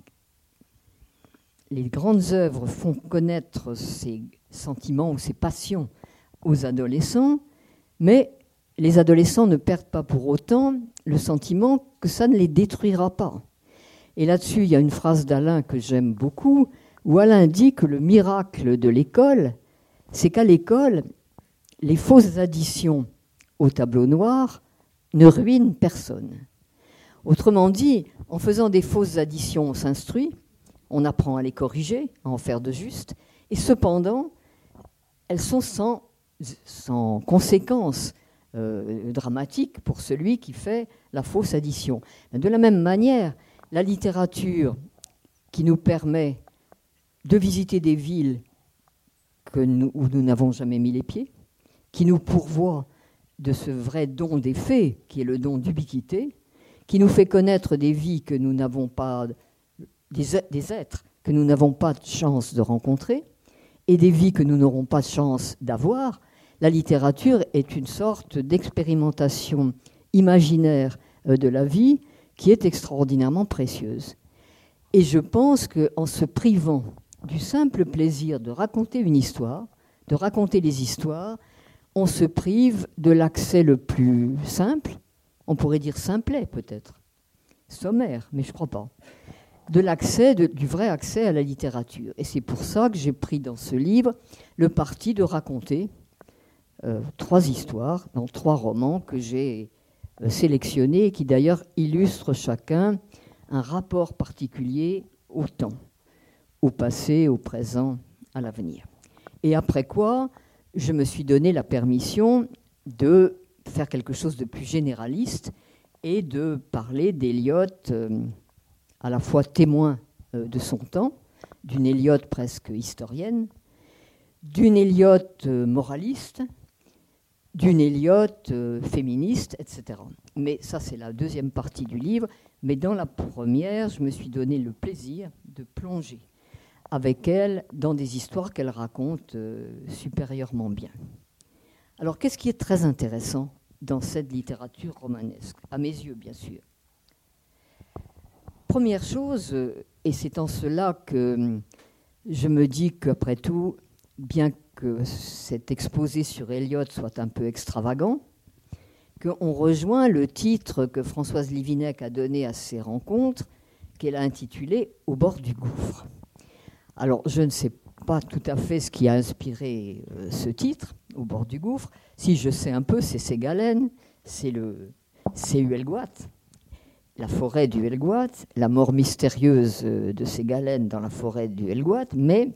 les grandes œuvres font connaître ces sentiments ou ces passions aux adolescents, mais les adolescents ne perdent pas pour autant le sentiment que ça ne les détruira pas. Et là-dessus, il y a une phrase d'Alain que j'aime beaucoup, où Alain dit que le miracle de l'école, c'est qu'à l'école, les fausses additions au tableau noir ne ruinent personne. Autrement dit, en faisant des fausses additions, on s'instruit, on apprend à les corriger, à en faire de justes, et cependant, elles sont sans, sans conséquences euh, dramatiques pour celui qui fait la fausse addition. De la même manière, la littérature qui nous permet de visiter des villes que nous, où nous n'avons jamais mis les pieds, qui nous pourvoit de ce vrai don des faits, qui est le don d'ubiquité, qui nous fait connaître des vies que nous n'avons pas, des, des êtres que nous n'avons pas de chance de rencontrer, et des vies que nous n'aurons pas de chance d'avoir, la littérature est une sorte d'expérimentation imaginaire de la vie qui est extraordinairement précieuse. Et je pense qu'en se privant du simple plaisir de raconter une histoire, de raconter les histoires, on se prive de l'accès le plus simple, on pourrait dire simplet peut-être, sommaire, mais je ne crois pas, de l'accès, de, du vrai accès à la littérature. Et c'est pour ça que j'ai pris dans ce livre le parti de raconter euh, trois histoires dans trois romans que j'ai euh, sélectionnés et qui d'ailleurs illustrent chacun un rapport particulier au temps, au passé, au présent, à l'avenir. Et après quoi, je me suis donné la permission de faire quelque chose de plus généraliste et de parler d'Eliot euh, à la fois témoin euh, de son temps, d'une Eliot presque historienne, d'une Eliot euh, moraliste, d'une Eliot euh, féministe, et cetera. Mais ça, c'est la deuxième partie du livre. Mais dans la première, je me suis donné le plaisir de plonger avec elle dans des histoires qu'elle raconte euh, supérieurement bien. Alors, qu'est-ce qui est très intéressant dans cette littérature romanesque, à mes yeux, bien sûr? Première chose, et c'est en cela que je me dis qu'après tout, bien que cet exposé sur Eliot soit un peu extravagant, qu'on rejoint le titre que Françoise Livinec a donné à ces rencontres, qu'elle a intitulé « Au bord du gouffre ». Alors, je ne sais pas tout à fait ce qui a inspiré euh, ce titre, « Au bord du gouffre ». Si je sais un peu, c'est Ségalen, c'est Huelgoat, la forêt du Huelgoat, la mort mystérieuse de Ségalen dans la forêt du Huelgoat, mais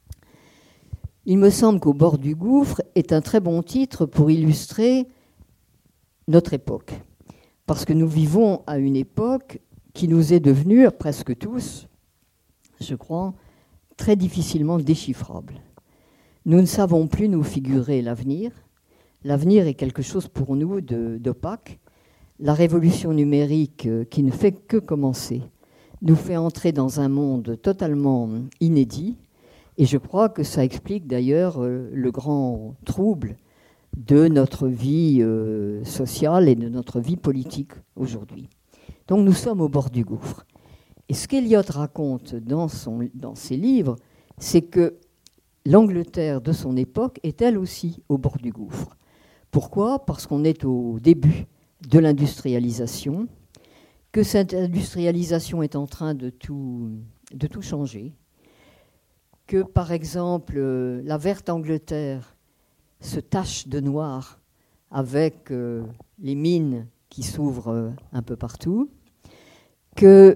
il me semble qu'Au bord du gouffre est un très bon titre pour illustrer notre époque. Parce que nous vivons à une époque qui nous est devenue, presque tous, je crois, très difficilement déchiffrable. Nous ne savons plus nous figurer l'avenir. L'avenir est quelque chose pour nous d'opaque. La révolution numérique, qui ne fait que commencer, nous fait entrer dans un monde totalement inédit. Et je crois que ça explique d'ailleurs le grand trouble de notre vie euh, sociale et de notre vie politique aujourd'hui. Donc nous sommes au bord du gouffre. Et ce qu'Eliot raconte dans, son, dans ses livres, c'est que l'Angleterre de son époque est elle aussi au bord du gouffre. Pourquoi ? Parce qu'on est au début de l'industrialisation, que cette industrialisation est en train de tout, de tout changer, que par exemple la verte Angleterre se tache de noir avec euh, les mines qui s'ouvrent euh, un peu partout, que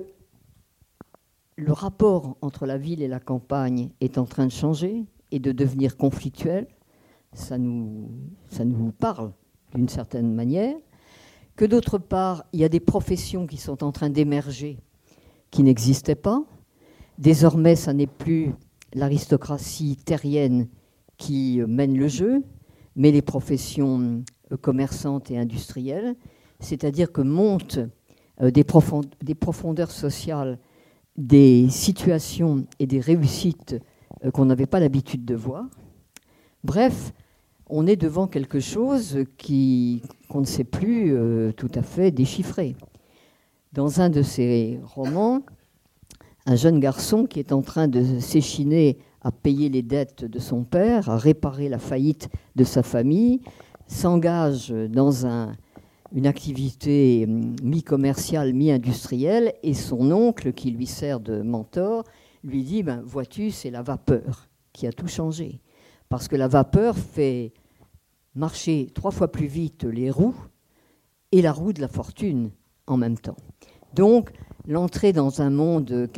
le rapport entre la ville et la campagne est en train de changer et de devenir conflictuel, ça nous, ça nous parle d'une certaine manière, que d'autre part, il y a des professions qui sont en train d'émerger qui n'existaient pas. Désormais, ça n'est plus l'aristocratie terrienne qui mène le jeu, mais les professions commerçantes et industrielles, c'est-à-dire que montent des, profond- des profondeurs sociales, des situations et des réussites qu'on n'avait pas l'habitude de voir. Bref, on est devant quelque chose qui, qu'on ne sait plus euh, tout à fait déchiffrer. Dans un de ses romans, un jeune garçon qui est en train de s'échiner à payer les dettes de son père, à réparer la faillite de sa famille, s'engage dans un, une activité mi-commerciale, mi-industrielle, et son oncle, qui lui sert de mentor, lui dit ben, « Vois-tu, c'est la vapeur qui a tout changé. » Parce que la vapeur fait marcher trois fois plus vite les roues et la roue de la fortune en même temps. Donc, l'entrée dans un monde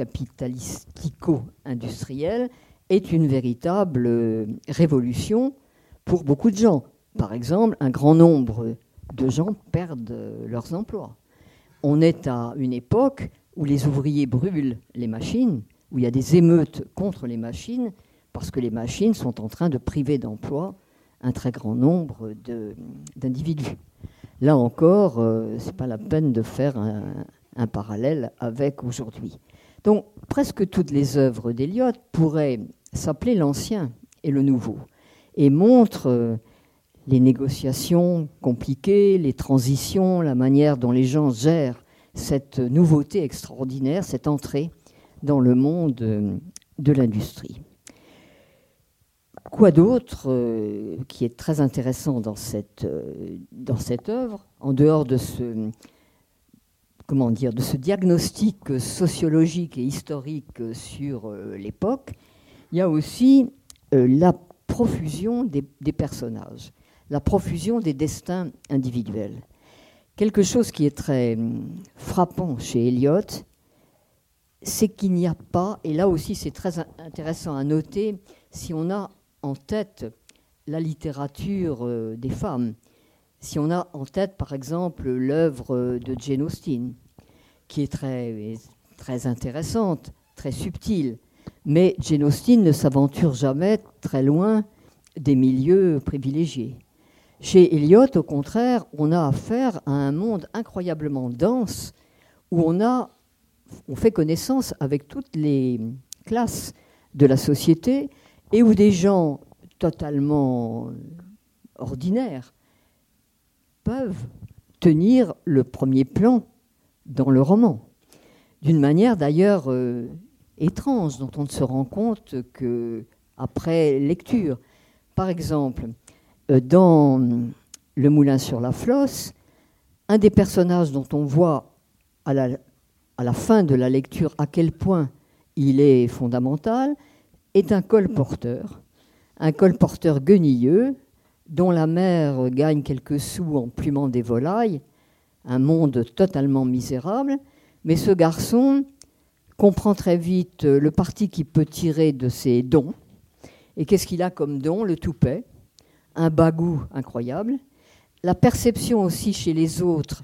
capitalistico-industriel est une véritable révolution pour beaucoup de gens. Par exemple, un grand nombre de gens perdent leurs emplois. On est à une époque où les ouvriers brûlent les machines, où il y a des émeutes contre les machines, parce que les machines sont en train de priver d'emploi un très grand nombre de, d'individus. Là encore, euh, ce n'est pas la peine de faire un, un parallèle avec aujourd'hui. Donc, presque toutes les œuvres d'Eliot pourraient s'appeler l'ancien et le nouveau, et montrent euh, les négociations compliquées, les transitions, la manière dont les gens gèrent cette nouveauté extraordinaire, cette entrée dans le monde de l'industrie. Quoi d'autre euh, qui est très intéressant dans cette, euh, dans cette œuvre, en dehors de ce, comment dire, de ce diagnostic sociologique et historique sur euh, l'époque, il y a aussi euh, la profusion des, des personnages, la profusion des destins individuels. Quelque chose qui est très frappant chez Eliot, c'est qu'il n'y a pas, et là aussi c'est très intéressant à noter, si on a en tête la littérature euh, des femmes, si on a en tête par exemple l'œuvre de Jane Austen, qui est très, très intéressante, très subtile, mais Jane Austen ne s'aventure jamais très loin des milieux privilégiés. Chez Eliot, au contraire, on a affaire à un monde incroyablement dense où on, a, on fait connaissance avec toutes les classes de la société et où des gens totalement ordinaires peuvent tenir le premier plan dans le roman, d'une manière d'ailleurs euh, étrange, dont on ne se rend compte qu'après lecture. Par exemple, euh, dans Le Moulin sur la Flosse, un des personnages dont on voit à la, à la fin de la lecture à quel point il est fondamental, est un colporteur, un colporteur guenilleux dont la mère gagne quelques sous en plumant des volailles, un monde totalement misérable, mais ce garçon comprend très vite le parti qu'il peut tirer de ses dons. Et qu'est-ce qu'il a comme don? Le toupet, un bagou incroyable, la perception aussi chez les autres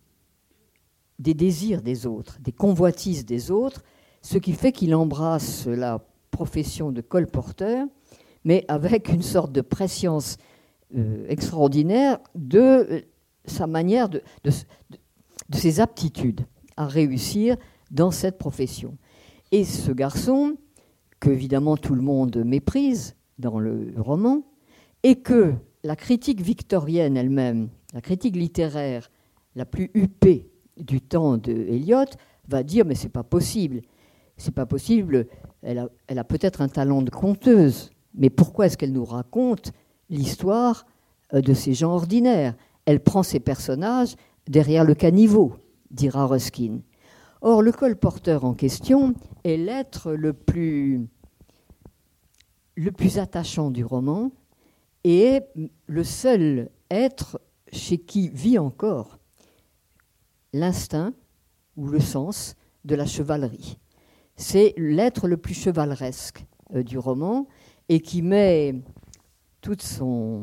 des désirs des autres, des convoitises des autres, ce qui fait qu'il embrasse la profession de colporteur, mais avec une sorte de prescience euh, extraordinaire de euh, sa manière, de, de, de, de ses aptitudes à réussir dans cette profession. Et ce garçon, que évidemment tout le monde méprise dans le roman, et que la critique victorienne elle-même, la critique littéraire la plus huppée du temps de Eliot, va dire mais c'est pas possible, c'est pas possible. Elle a, elle a peut-être un talent de conteuse, mais pourquoi est-ce qu'elle nous raconte l'histoire de ces gens ordinaires? Elle prend ses personnages derrière le caniveau, dira Ruskin. Or, le colporteur en question est l'être le plus, le plus attachant du roman et est le seul être chez qui vit encore l'instinct ou le sens de la chevalerie. C'est l'être le plus chevaleresque euh, du roman et qui met toute son,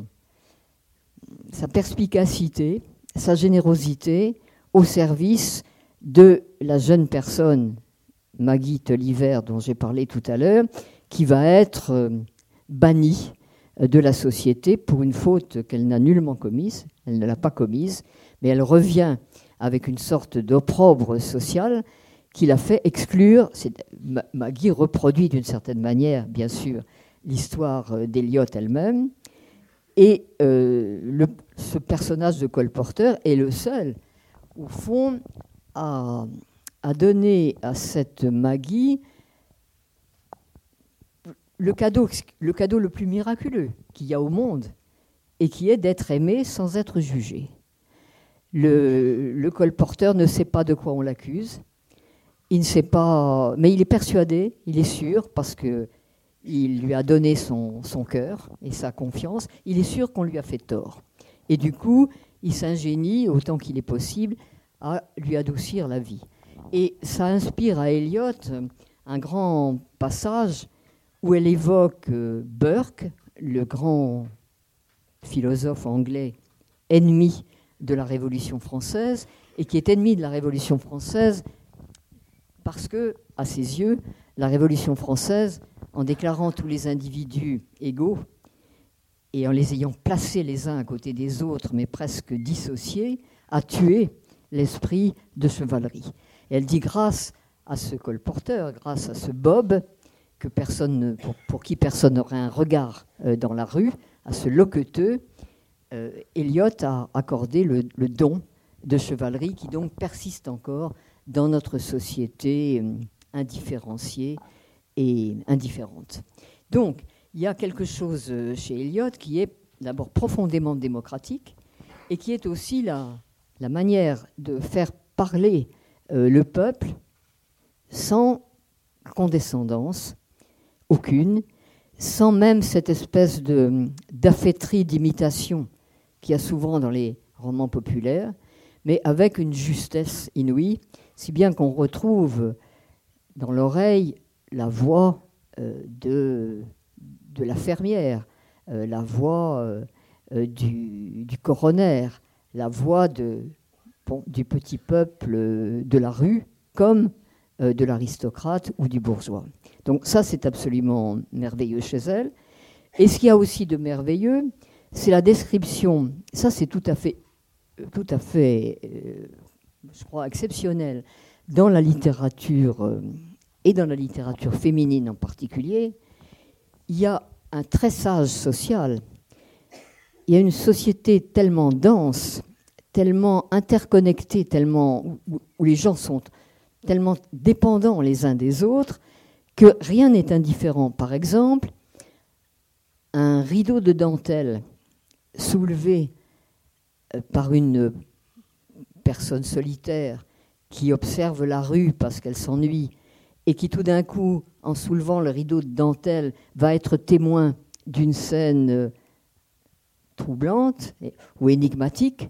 sa perspicacité, sa générosité au service de la jeune personne, Maggie Tulliver, dont j'ai parlé tout à l'heure, qui va être euh, bannie de la société pour une faute qu'elle n'a nullement commise, elle ne l'a pas commise, mais elle revient avec une sorte d'opprobre social qui l'a fait exclure. Maggie reproduit d'une certaine manière, bien sûr, l'histoire d'Eliot elle-même, et euh, le, ce personnage de colporteur est le seul, au fond, à, à donner à cette Maggie le cadeau, le cadeau le plus miraculeux qu'il y a au monde, et qui est d'être aimé sans être jugé. Le, le colporteur ne sait pas de quoi on l'accuse, il ne sait pas, mais il est persuadé, il est sûr, parce que il lui a donné son, son cœur et sa confiance, il est sûr qu'on lui a fait tort. Et du coup, il s'ingénie, autant qu'il est possible, à lui adoucir la vie. Et ça inspire à Eliot un grand passage où elle évoque Burke, le grand philosophe anglais ennemi de la Révolution française, et qui est ennemi de la Révolution française parce que, à ses yeux, la Révolution française, en déclarant tous les individus égaux et en les ayant placés les uns à côté des autres, mais presque dissociés, a tué l'esprit de chevalerie. Et elle dit, grâce à ce colporteur, grâce à ce Bob, que personne ne, pour, pour qui personne n'aurait un regard euh, dans la rue, à ce loqueteux, euh, Eliot a accordé le, le don de chevalerie qui donc persiste encore dans notre société euh, indifférenciée et indifférente. Donc, il y a quelque chose chez Eliot qui est d'abord profondément démocratique et qui est aussi la, la manière de faire parler euh, le peuple sans condescendance aucune, sans même cette espèce de, d'afféterie d'imitation qu'il y a souvent dans les romans populaires, mais avec une justesse inouïe, si bien qu'on retrouve dans l'oreille la voix euh, de, de la fermière, euh, la voix euh, euh, du, du coroner, la voix de, bon, du petit peuple de la rue, comme euh, de l'aristocrate ou du bourgeois. Donc ça, c'est absolument merveilleux chez elle. Et ce qu'il y a aussi de merveilleux, c'est la description, ça c'est tout à fait, tout à fait euh, je crois, exceptionnel dans la littérature, euh, et dans la littérature féminine en particulier. Il y a un tressage social, il y a une société tellement dense, tellement interconnectée, tellement, où, où les gens sont tellement dépendants les uns des autres, que rien n'est indifférent. Par exemple, un rideau de dentelle soulevé par une personne solitaire qui observe la rue parce qu'elle s'ennuie et qui tout d'un coup, en soulevant le rideau de dentelle, va être témoin d'une scène troublante ou énigmatique,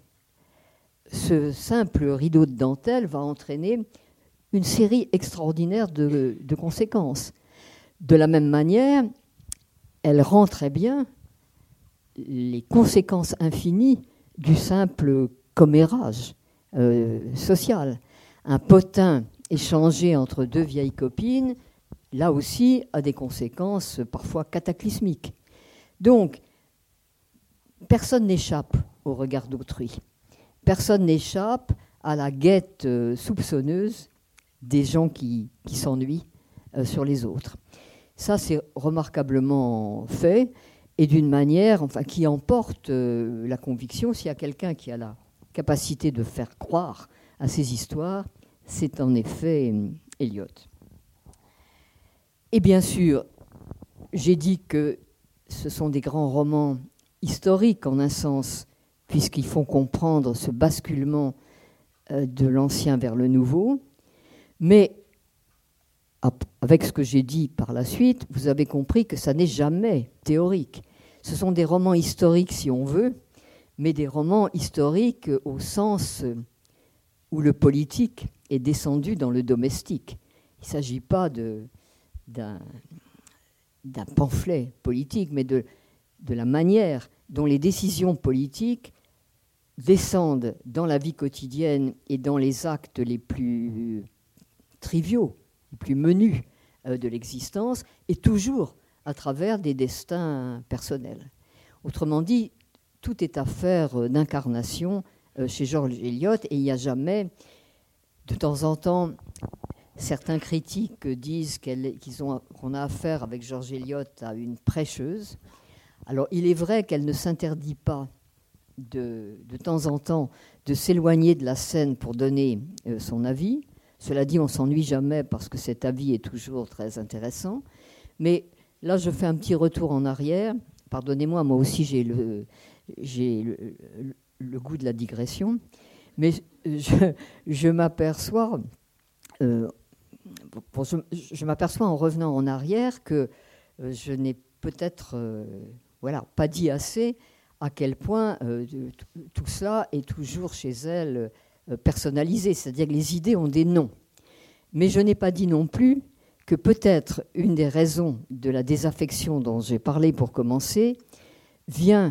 ce simple rideau de dentelle va entraîner une série extraordinaire de, de conséquences. De la même manière, elle rend très bien les conséquences infinies du simple commérage euh, social. Un potin échangé entre deux vieilles copines, là aussi, a des conséquences parfois cataclysmiques. Donc, personne n'échappe au regard d'autrui. Personne n'échappe à la guette euh, soupçonneuse des gens qui, qui s'ennuient euh, sur les autres. Ça, c'est remarquablement fait, et d'une manière enfin, qui emporte euh, la conviction, s'il y a quelqu'un qui a la capacité de faire croire à ces histoires, c'est en effet euh, Eliot. Et bien sûr, j'ai dit que ce sont des grands romans historiques en un sens, puisqu'ils font comprendre ce basculement euh, de l'ancien vers le nouveau, mais avec ce que j'ai dit par la suite, vous avez compris que ça n'est jamais théorique. Ce sont des romans historiques, si on veut, mais des romans historiques au sens où le politique est descendu dans le domestique. Il ne s'agit pas de, d'un, d'un pamphlet politique, mais de, de la manière dont les décisions politiques descendent dans la vie quotidienne et dans les actes les plus triviaux, les plus menus euh, de l'existence, et toujours à travers des destins personnels. Autrement dit, tout est affaire d'incarnation euh, chez George Eliot, et il n'y a jamais, de temps en temps, certains critiques disent qu'elle, qu'ils ont, qu'on a affaire avec George Eliot à une prêcheuse. Alors, il est vrai qu'elle ne s'interdit pas de, de temps en temps de s'éloigner de la scène pour donner euh, son avis. Cela dit, on ne s'ennuie jamais parce que cet avis est toujours très intéressant. Mais là, je fais un petit retour en arrière. Pardonnez-moi, moi aussi, j'ai le, j'ai le, le, le goût de la digression. Mais je, je m'aperçois, euh, pour, je, je m'aperçois en revenant en arrière que euh, je n'ai peut-être euh, voilà, pas dit assez à quel point euh, tout cela est toujours chez elle personnalisé, c'est-à-dire que les idées ont des noms. Mais je n'ai pas dit non plus que peut-être une des raisons de la désaffection dont j'ai parlé pour commencer vient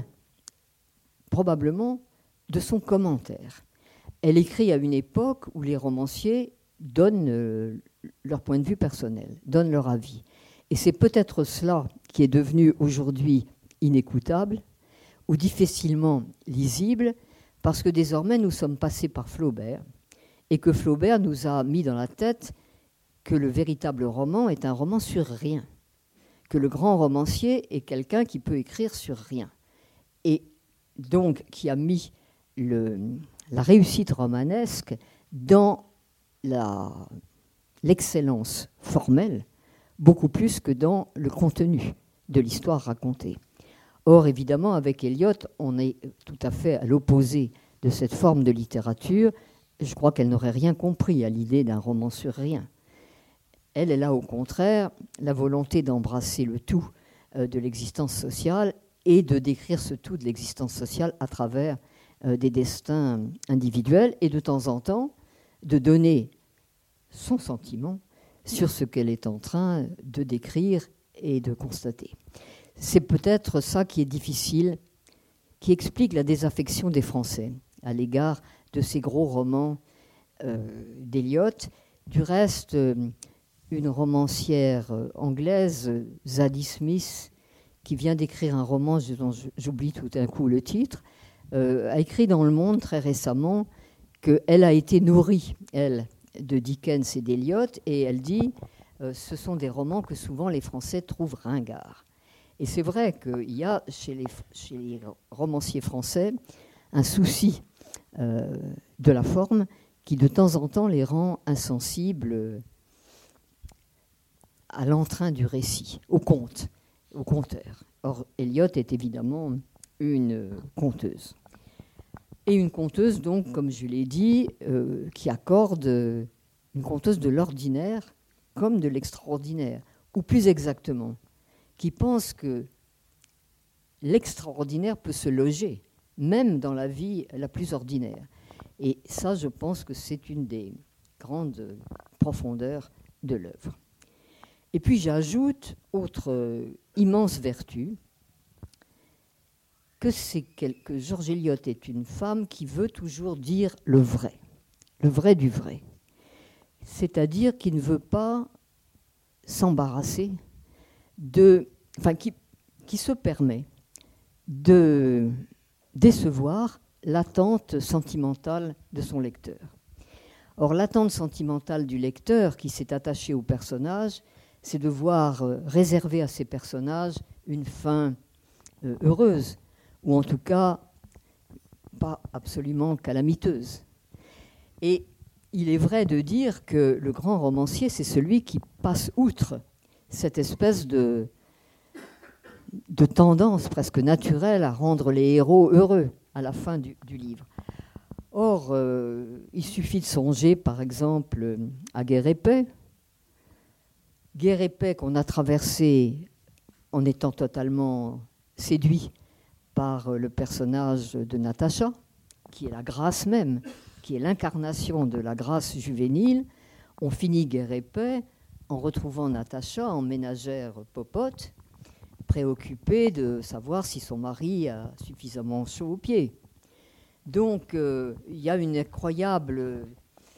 probablement de son commentaire. Elle écrit à une époque où les romanciers donnent euh, leur point de vue personnel, donnent leur avis. Et c'est peut-être cela qui est devenu aujourd'hui inécoutable ou difficilement lisible, parce que désormais, nous sommes passés par Flaubert et que Flaubert nous a mis dans la tête que le véritable roman est un roman sur rien, que le grand romancier est quelqu'un qui peut écrire sur rien. Et donc qui a mis le, la réussite romanesque dans la, l'excellence formelle, beaucoup plus que dans le contenu de l'histoire racontée. Or, évidemment, avec Eliot, on est tout à fait à l'opposé de cette forme de littérature. Je crois qu'elle n'aurait rien compris à l'idée d'un roman sur rien. Elle, elle a au contraire la volonté d'embrasser le tout euh, de l'existence sociale et de décrire ce tout de l'existence sociale à travers euh, des destins individuels et de temps en temps de donner son sentiment sur ce qu'elle est en train de décrire et de constater. C'est peut-être ça qui est difficile, qui explique la désaffection des Français à l'égard de ces gros romans euh, d'Eliot. Du reste, euh, une romancière anglaise, Zadie Smith, qui vient d'écrire un roman dont j'oublie tout d'un coup le titre, euh, a écrit dans Le Monde très récemment qu'elle a été nourrie, elle, de Dickens et d'Eliot, et elle dit euh, ce sont des romans que souvent les Français trouvent ringards. Et c'est vrai qu'il y a chez les, chez les romanciers français un souci euh, de la forme qui de temps en temps les rend insensibles à l'entrain du récit, au conte, au conteur. Or, Eliot est évidemment une conteuse. Et une conteuse, donc, comme je l'ai dit, euh, qui accorde une conteuse de l'ordinaire comme de l'extraordinaire, ou plus exactement, qui pense que l'extraordinaire peut se loger, même dans la vie la plus ordinaire. Et ça, je pense que c'est une des grandes profondeurs de l'œuvre. Et puis j'ajoute, autre euh, immense vertu, que, c'est que George Eliot est une femme qui veut toujours dire le vrai, le vrai du vrai. C'est-à-dire qu'il ne veut pas s'embarrasser de... Enfin, qui, qui se permet de décevoir l'attente sentimentale de son lecteur. Or, l'attente sentimentale du lecteur qui s'est attaché au personnage, c'est de voir euh, réserver à ces personnages une fin euh, heureuse, ou en tout cas pas absolument calamiteuse. Et il est vrai de dire que le grand romancier, c'est celui qui passe outre cette espèce de, de tendance presque naturelle à rendre les héros heureux à la fin du, du livre. Or, euh, il suffit de songer, par exemple, à Guerre et Paix. Guerre et Paix qu'on a traversé en étant totalement séduit par le personnage de Natacha, qui est la grâce même, qui est l'incarnation de la grâce juvénile. On finit Guerre et Paix en retrouvant Natacha en ménagère popote, préoccupée de savoir si son mari a suffisamment chaud aux pieds. Donc, euh, il y a une incroyable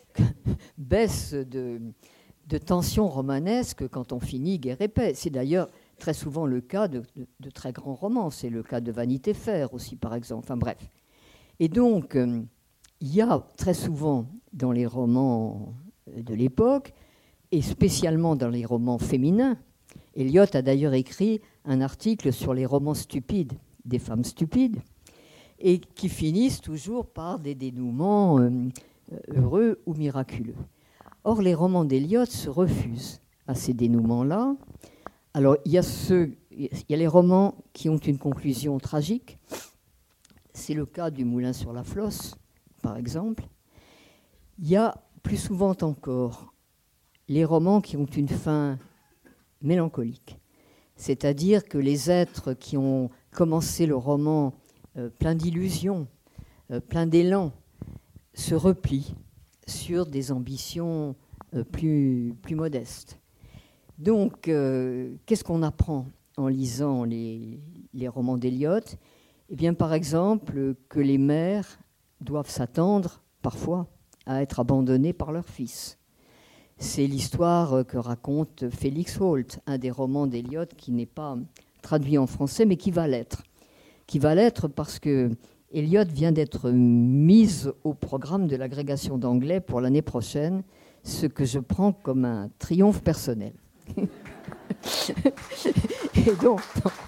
baisse de, de tension romanesque quand on finit Guerre et Paix. C'est d'ailleurs très souvent le cas de, de, de très grands romans. C'est le cas de Vanité Fair aussi, par exemple. Enfin bref. Et donc, euh, il y a très souvent dans les romans de l'époque, et spécialement dans les romans féminins, Eliot a d'ailleurs écrit un article sur les romans stupides, des femmes stupides, et qui finissent toujours par des dénouements euh, heureux ou miraculeux. Or, les romans d'Eliot se refusent à ces dénouements-là. Alors, il y a ceux, il y a les romans qui ont une conclusion tragique. C'est le cas du Moulin sur la Flosse, par exemple. Il y a plus souvent encore les romans qui ont une fin mélancolique. C'est-à-dire que les êtres qui ont commencé le roman euh, plein d'illusions, euh, plein d'élan, se replient sur des ambitions euh, plus, plus modestes. Donc, euh, qu'est-ce qu'on apprend en lisant les, les romans d'Eliot ? Eh bien, par exemple, que les mères doivent s'attendre, parfois, à être abandonnées par leurs fils. C'est l'histoire que raconte Félix Holt, un des romans d'Eliot qui n'est pas traduit en français, mais qui va l'être. Qui va l'être parce que Eliot vient d'être mise au programme de l'agrégation d'anglais pour l'année prochaine, ce que je prends comme un triomphe personnel. Et donc,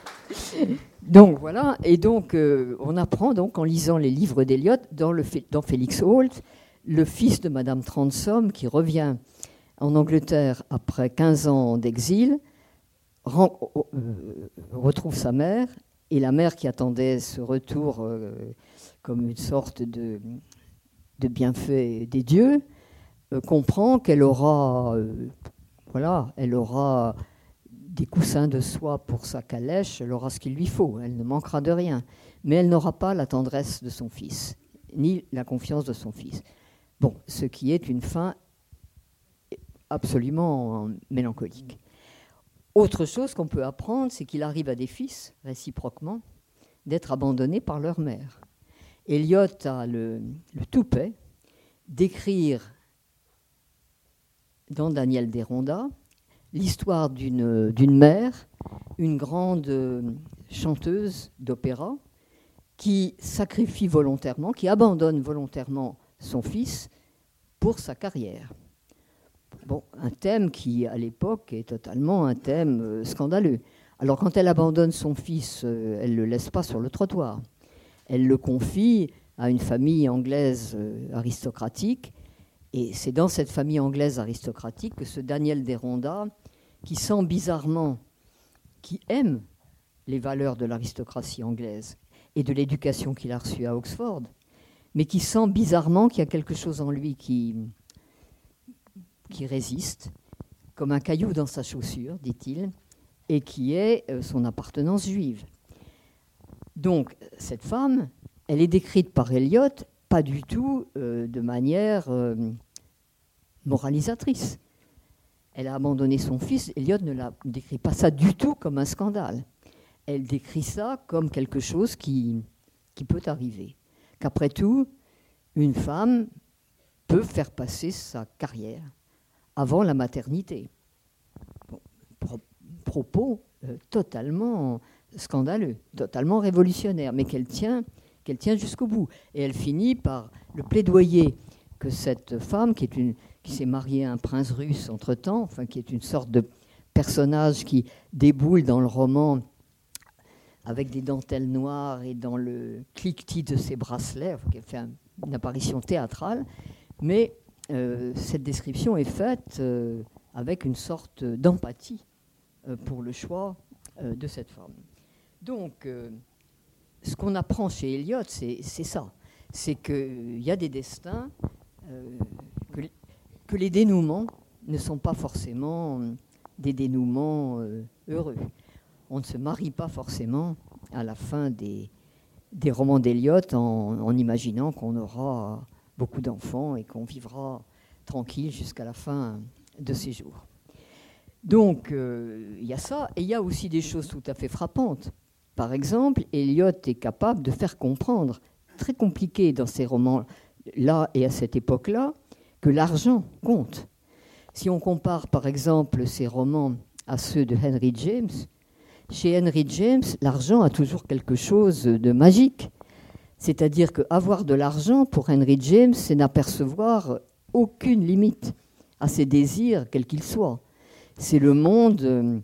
Donc voilà, et donc euh, on apprend donc en lisant les livres d'Eliot dans, le, dans Félix Holt, le fils de Madame Transome qui revient en Angleterre après quinze ans d'exil, rend, euh, retrouve sa mère, et la mère qui attendait ce retour euh, comme une sorte de, de bienfait des dieux, euh, comprend qu'elle aura, euh, voilà, elle aura des coussins de soie pour sa calèche, elle aura ce qu'il lui faut, elle ne manquera de rien. Mais elle n'aura pas la tendresse de son fils, ni la confiance de son fils. Bon, ce qui est une fin absolument mélancolique. Autre chose qu'on peut apprendre, c'est qu'il arrive à des fils, réciproquement, d'être abandonnés par leur mère. Eliot a le, le toupet d'écrire dans Daniel Deronda l'histoire d'une, d'une mère, une grande chanteuse d'opéra, qui sacrifie volontairement, qui abandonne volontairement son fils pour sa carrière. Bon, un thème qui, à l'époque, est totalement un thème euh, scandaleux. Alors, quand elle abandonne son fils, euh, elle ne le laisse pas sur le trottoir. Elle le confie à une famille anglaise euh, aristocratique. Et c'est dans cette famille anglaise aristocratique que ce Daniel Deronda, qui sent bizarrement, qui aime les valeurs de l'aristocratie anglaise et de l'éducation qu'il a reçue à Oxford, mais qui sent bizarrement qu'il y a quelque chose en lui qui, qui résiste, comme un caillou dans sa chaussure, dit-il, et qui est son appartenance juive. Donc, cette femme, elle est décrite par Eliot pas du tout euh, de manière euh, moralisatrice. Elle a abandonné son fils. Eliot ne la décrit pas ça du tout comme un scandale. Elle décrit ça comme quelque chose qui, qui peut arriver. Qu'après tout, une femme peut faire passer sa carrière avant la maternité. Bon, pro- propos euh, totalement scandaleux, totalement révolutionnaire, mais qu'elle tient qu'elle tient jusqu'au bout. Et elle finit par le plaidoyer que cette femme, qui, est une, qui s'est mariée à un prince russe entre-temps, enfin, qui est une sorte de personnage qui déboule dans le roman avec des dentelles noires et dans le cliquetis de ses bracelets, enfin, qui fait un, une apparition théâtrale, mais euh, cette description est faite euh, avec une sorte d'empathie euh, pour le choix euh, de cette femme. Donc, euh, ce qu'on apprend chez Eliot, c'est, c'est ça. C'est qu'il y a des destins, euh, que, que les dénouements ne sont pas forcément des dénouements euh, heureux. On ne se marie pas forcément à la fin des, des romans d'Eliot en, en imaginant qu'on aura beaucoup d'enfants et qu'on vivra tranquille jusqu'à la fin de ses jours. Donc, euh, il y a ça. Et il y a aussi des choses tout à fait frappantes. Par exemple, Eliot est capable de faire comprendre, très compliqué dans ses romans, là et à cette époque-là, que l'argent compte. Si on compare, par exemple, ses romans à ceux de Henry James, chez Henry James, l'argent a toujours quelque chose de magique. C'est-à-dire qu'avoir de l'argent, pour Henry James, c'est n'apercevoir aucune limite à ses désirs, quels qu'ils soient. C'est le monde... Euh,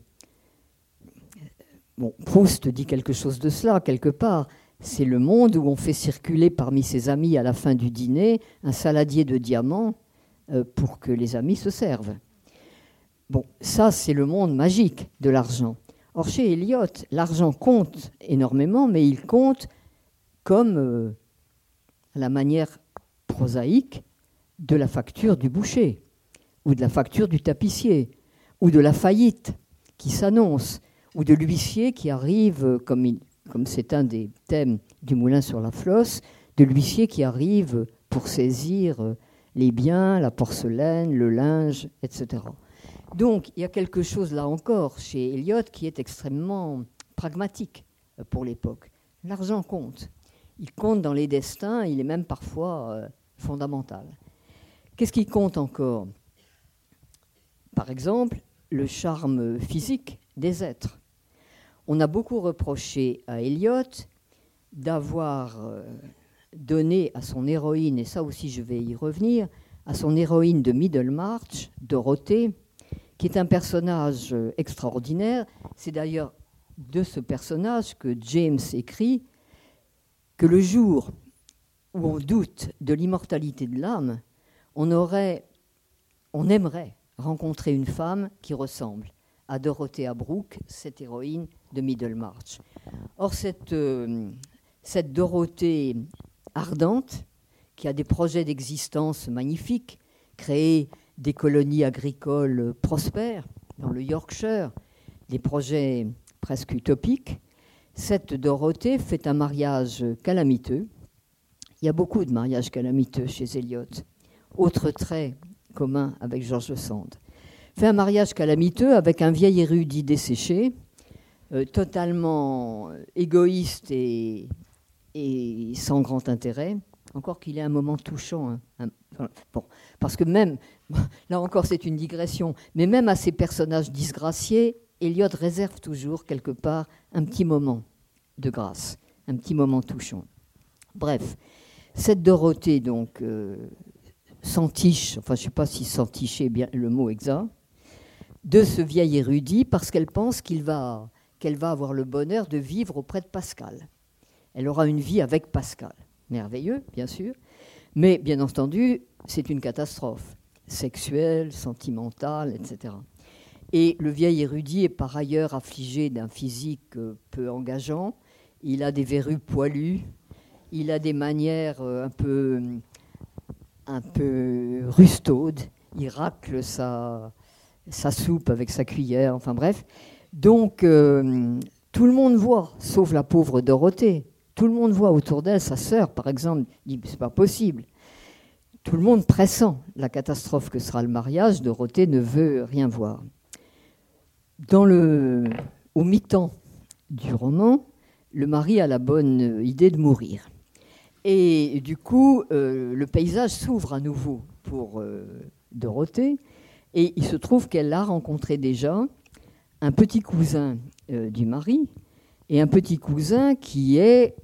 bon, Proust dit quelque chose de cela, quelque part. C'est le monde où on fait circuler parmi ses amis à la fin du dîner un saladier de diamants euh, pour que les amis se servent. Bon, ça, c'est le monde magique de l'argent. Or, chez Eliot, l'argent compte énormément, mais il compte comme euh, la manière prosaïque de la facture du boucher, ou de la facture du tapissier, ou de la faillite qui s'annonce, ou de l'huissier qui arrive, comme, il, comme c'est un des thèmes du Moulin sur la Flosse, de l'huissier qui arrive pour saisir les biens, la porcelaine, le linge, et cetera. Donc, il y a quelque chose là encore chez Eliot qui est extrêmement pragmatique pour l'époque. L'argent compte. Il compte dans les destins, il est même parfois euh, fondamental. Qu'est-ce qui compte encore ? Par exemple, le charme physique des êtres. On a beaucoup reproché à Eliot d'avoir euh, donné à son héroïne, et ça aussi je vais y revenir, à son héroïne de Middlemarch, Dorothée, qui est un personnage extraordinaire. C'est d'ailleurs de ce personnage que James écrit que le jour où on doute de l'immortalité de l'âme, on aurait, on aimerait rencontrer une femme qui ressemble à Dorothea Brooke, cette héroïne de Middlemarch. Or, cette, euh, cette Dorothée ardente, qui a des projets d'existence magnifiques, créer des colonies agricoles prospères dans le Yorkshire, des projets presque utopiques, cette Dorothée fait un mariage calamiteux. Il y a beaucoup de mariages calamiteux chez Eliot. Autre trait commun avec George Sand. Fait un mariage calamiteux avec un vieil érudit desséché, euh, totalement égoïste et, et sans grand intérêt. Encore qu'il ait un moment touchant. Hein, un, enfin, bon, parce que même, là encore c'est une digression, mais même à ces personnages disgraciés, Eliot réserve toujours quelque part un petit moment de grâce, un petit moment touchant. Bref, cette Dorothée donc euh, s'entiche, enfin je ne sais pas si s'enticher est bien le mot exact, de ce vieil érudit parce qu'elle pense qu'il va, qu'elle va avoir le bonheur de vivre auprès de Pascal. Elle aura une vie avec Pascal. Merveilleux, bien sûr, mais bien entendu, c'est une catastrophe sexuelle, sentimentale, et cetera. Et le vieil érudit est par ailleurs affligé d'un physique peu engageant. Il a des verrues poilues, il a des manières un peu, un peu rustaudes, il racle sa, sa soupe avec sa cuillère, enfin bref. Donc, euh, tout le monde voit, sauf la pauvre Dorothée. Tout le monde voit autour d'elle, sa sœur, par exemple, dit « c'est pas possible ». Tout le monde pressent la catastrophe que sera le mariage. Dorothée ne veut rien voir. Dans le, au mi-temps du roman, le mari a la bonne idée de mourir. Et du coup, euh, le paysage s'ouvre à nouveau pour euh, Dorothée. Et il se trouve qu'elle a rencontré déjà un petit cousin euh, du mari, et un petit cousin qui est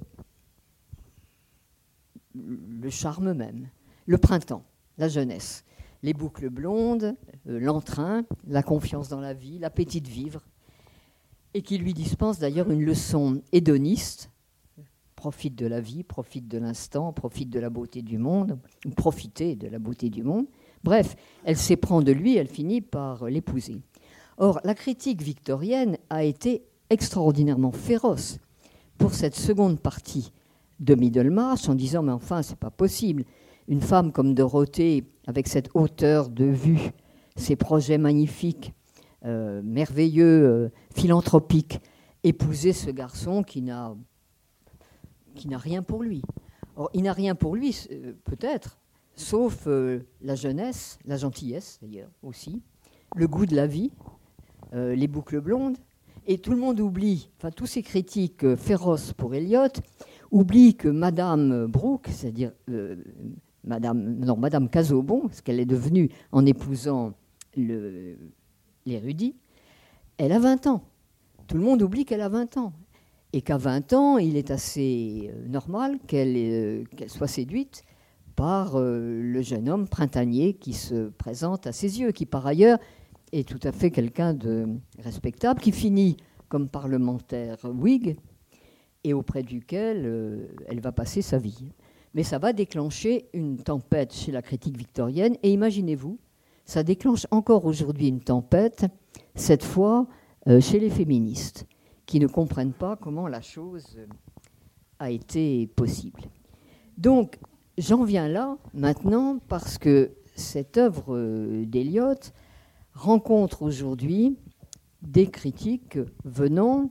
le charme même, le printemps, la jeunesse, les boucles blondes, euh, l'entrain, la confiance dans la vie, l'appétit de vivre, et qui lui dispense d'ailleurs une leçon hédoniste, profite de la vie, profite de l'instant, profite de la beauté du monde, ou profiter de la beauté du monde. Bref, elle s'éprend de lui, elle finit par l'épouser. Or, la critique victorienne a été extraordinairement féroce pour cette seconde partie de Middlemarch, en disant « mais enfin, c'est pas possible. Une femme comme Dorothée, avec cette hauteur de vue, ces projets magnifiques, euh, merveilleux, euh, philanthropiques, épouser ce garçon qui n'a, qui n'a rien pour lui. » Or, il n'a rien pour lui, euh, peut-être, sauf euh, la jeunesse, la gentillesse d'ailleurs aussi, le goût de la vie, euh, les boucles blondes. Et tout le monde oublie, enfin tous ces critiques euh, féroces pour Eliot, oublient que Madame Brooke, c'est-à-dire euh, Madame, non, Madame Casaubon, ce qu'elle est devenue en épousant le, l'érudit, elle a vingt ans. Tout le monde oublie qu'elle a vingt ans. Et qu'à vingt ans, il est assez euh, normal qu'elle, euh, qu'elle soit séduite par euh, le jeune homme printanier qui se présente à ses yeux, qui par ailleurs est tout à fait quelqu'un de respectable, qui finit comme parlementaire Whig et auprès duquel euh, elle va passer sa vie. Mais ça va déclencher une tempête chez la critique victorienne, et imaginez-vous, ça déclenche encore aujourd'hui une tempête, cette fois euh, chez les féministes, qui ne comprennent pas comment la chose a été possible. Donc, j'en viens là maintenant parce que cette œuvre euh, d'Eliot rencontre aujourd'hui des critiques venant,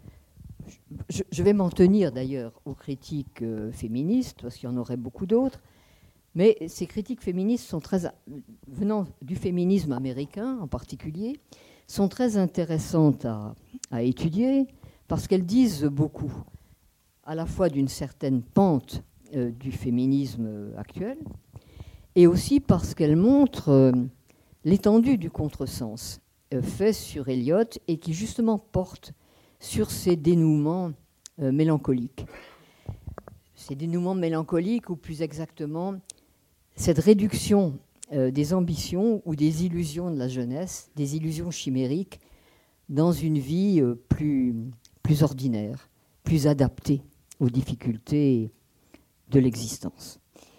je, je vais m'en tenir d'ailleurs aux critiques euh, féministes, parce qu'il y en aurait beaucoup d'autres, mais ces critiques féministes sont très, venant du féminisme américain en particulier, sont très intéressantes à, à étudier, parce qu'elles disent beaucoup, à la fois d'une certaine pente euh, du féminisme actuel, et aussi parce qu'elles montrent euh, l'étendue du contresens euh, fait sur Eliot et qui justement porte sur ces dénouements euh, mélancoliques. Ces dénouements mélancoliques, ou plus exactement, cette réduction euh, des ambitions ou des illusions de la jeunesse, des illusions chimériques, dans une vie euh, plus, plus ordinaire, plus adapté aux difficultés de l'existence.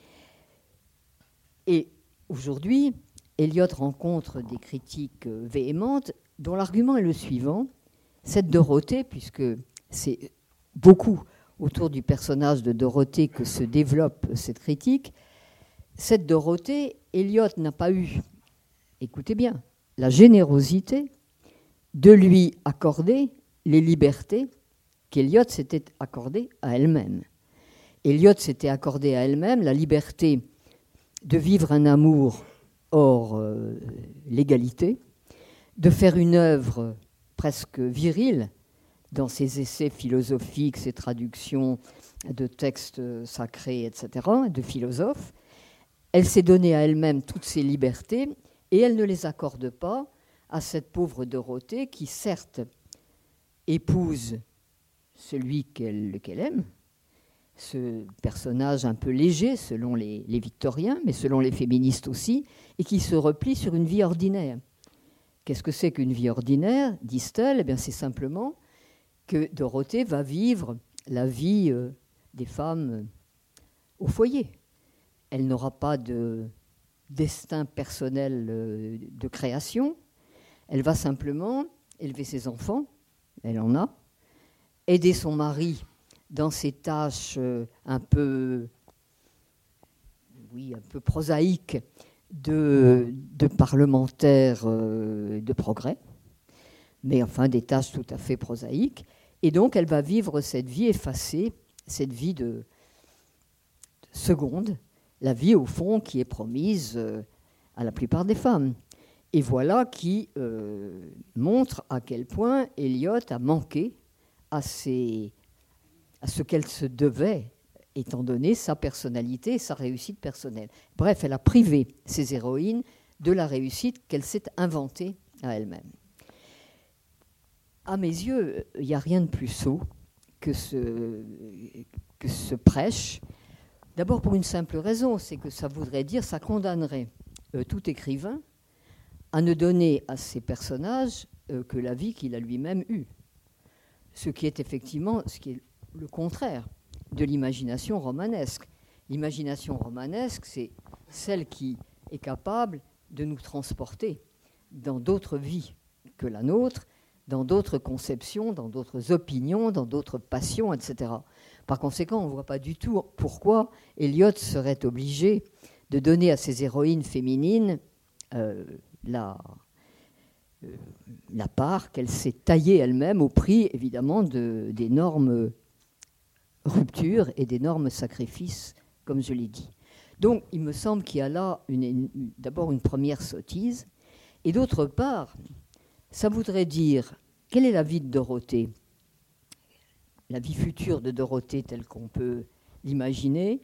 Et aujourd'hui, Eliot rencontre des critiques véhémentes dont l'argument est le suivant. Cette Dorothée, puisque c'est beaucoup autour du personnage de Dorothée que se développe cette critique, cette Dorothée, Eliot n'a pas eu, écoutez bien, la générosité de lui accorder les libertés qu'Eliot s'était accordées à elle-même. Eliot s'était accordé à elle-même la liberté de vivre un amour hors euh, l'égalité, de faire une œuvre presque virile dans ses essais philosophiques, ses traductions de textes sacrés, et cetera, de philosophes. Elle s'est donnée à elle-même toutes ses libertés et elle ne les accorde pas à cette pauvre Dorothée qui, certes, épouse celui qu'elle, qu'elle aime, ce personnage un peu léger selon les, les victoriens, mais selon les féministes aussi, et qui se replie sur une vie ordinaire. Qu'est-ce que c'est qu'une vie ordinaire, disent-elles ? Eh bien, c'est simplement que Dorothée va vivre la vie euh, des femmes euh, au foyer. Elle n'aura pas de destin personnel euh, de création. Elle va simplement élever ses enfants, elle en a, aider son mari dans ses tâches euh, un peu, oui, un peu prosaïques de, de parlementaire euh, de progrès, mais enfin des tâches tout à fait prosaïques. Et donc elle va vivre cette vie effacée, cette vie de, de seconde, la vie au fond qui est promise euh, à la plupart des femmes. Et voilà qui euh, montre à quel point Eliot a manqué à, ses, à ce qu'elle se devait, étant donné sa personnalité et sa réussite personnelle. Bref, elle a privé ses héroïnes de la réussite qu'elle s'est inventée à elle-même. À mes yeux, il n'y a rien de plus sot que ce, que ce prêche. D'abord pour une simple raison, c'est que ça voudrait dire, ça condamnerait euh, tout écrivain à ne donner à ses personnages euh, que la vie qu'il a lui-même eue. Ce qui est effectivement ce qui est le contraire de l'imagination romanesque. L'imagination romanesque, c'est celle qui est capable de nous transporter dans d'autres vies que la nôtre, dans d'autres conceptions, dans d'autres opinions, dans d'autres passions, et cetera. Par conséquent, on ne voit pas du tout pourquoi Eliot serait obligé de donner à ses héroïnes féminines euh, la, euh, la part qu'elle s'est taillée elle-même au prix, évidemment, de, d'énormes ruptures et d'énormes sacrifices, comme je l'ai dit. Donc, il me semble qu'il y a là une, une, d'abord une première sottise, et d'autre part, ça voudrait dire, quelle est la vie de Dorothée ? La vie future de Dorothée telle qu'on peut l'imaginer,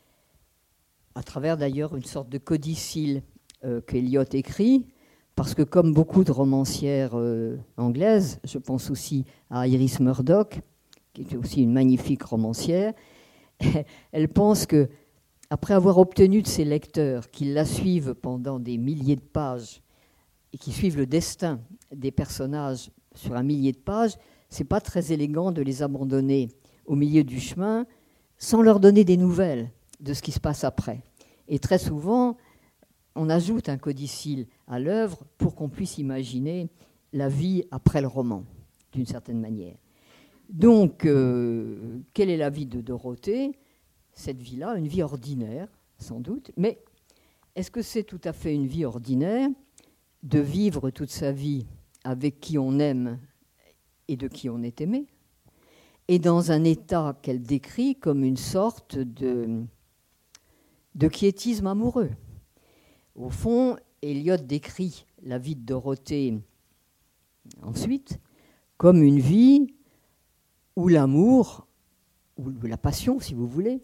à travers d'ailleurs une sorte de codicille euh, qu'Eliot écrit, parce que comme beaucoup de romancières euh, anglaises, je pense aussi à Iris Murdoch, qui était aussi une magnifique romancière, elle pense que après avoir obtenu de ses lecteurs qu'ils la suivent pendant des milliers de pages et qui suivent le destin des personnages sur un millier de pages, c'est pas très élégant de les abandonner au milieu du chemin sans leur donner des nouvelles de ce qui se passe après. Et très souvent, on ajoute un codicille à l'œuvre pour qu'on puisse imaginer la vie après le roman, d'une certaine manière. Donc, euh, quelle est la vie de Dorothée ? Cette vie-là, une vie ordinaire, sans doute, mais est-ce que c'est tout à fait une vie ordinaire de vivre toute sa vie avec qui on aime et de qui on est aimé, et dans un état qu'elle décrit comme une sorte de, de quiétisme amoureux. Au fond, Eliot décrit la vie de Dorothée ensuite comme une vie où l'amour, ou la passion, si vous voulez,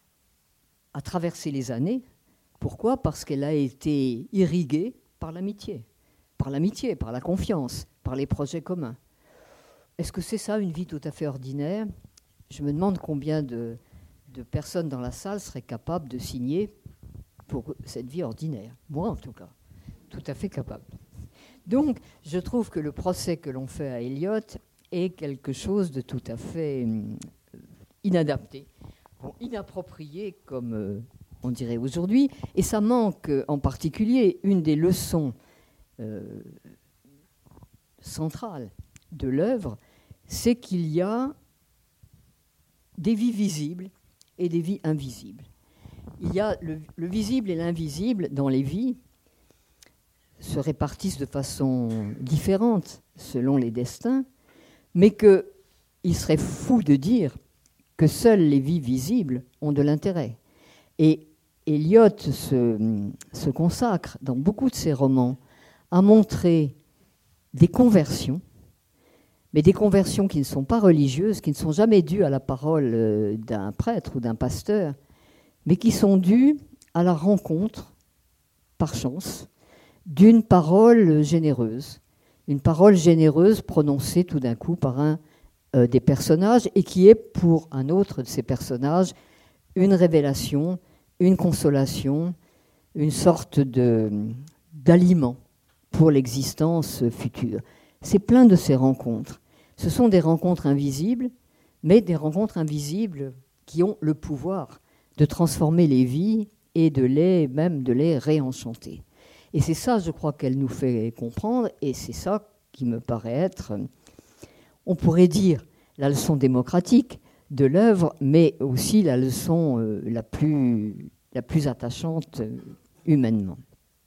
a traversé les années. Pourquoi ? Parce qu'elle a été irriguée par l'amitié, par l'amitié, par la confiance, par les projets communs. Est-ce que c'est ça, une vie tout à fait ordinaire ? Je me demande combien de, de personnes dans la salle seraient capables de signer pour cette vie ordinaire. Moi, en tout cas, tout à fait capable. Donc, je trouve que le procès que l'on fait à Eliot est quelque chose de tout à fait euh, inadapté, bon, inapproprié comme euh, on dirait aujourd'hui, et ça manque en particulier une des leçons euh, centrales de l'œuvre, c'est qu'il y a des vies visibles et des vies invisibles. Il y a le, le visible et l'invisible dans les vies se répartissent de façon différente selon les destins, mais qu'il serait fou de dire que seules les vies visibles ont de l'intérêt. Et Eliot se, se consacre dans beaucoup de ses romans à montrer des conversions, mais des conversions qui ne sont pas religieuses, qui ne sont jamais dues à la parole d'un prêtre ou d'un pasteur, mais qui sont dues à la rencontre, par chance, d'une parole généreuse, une parole généreuse prononcée tout d'un coup par un euh, des personnages et qui est pour un autre de ces personnages une révélation, une consolation, une sorte de, d'aliment pour l'existence future. C'est plein de ces rencontres. Ce sont des rencontres invisibles, mais des rencontres invisibles qui ont le pouvoir de transformer les vies et de les, même de les réenchanter. Et c'est ça, je crois, qu'elle nous fait comprendre, et c'est ça qui me paraît être, on pourrait dire, la leçon démocratique de l'œuvre, mais aussi la leçon euh, la, plus, la plus attachante euh, humainement.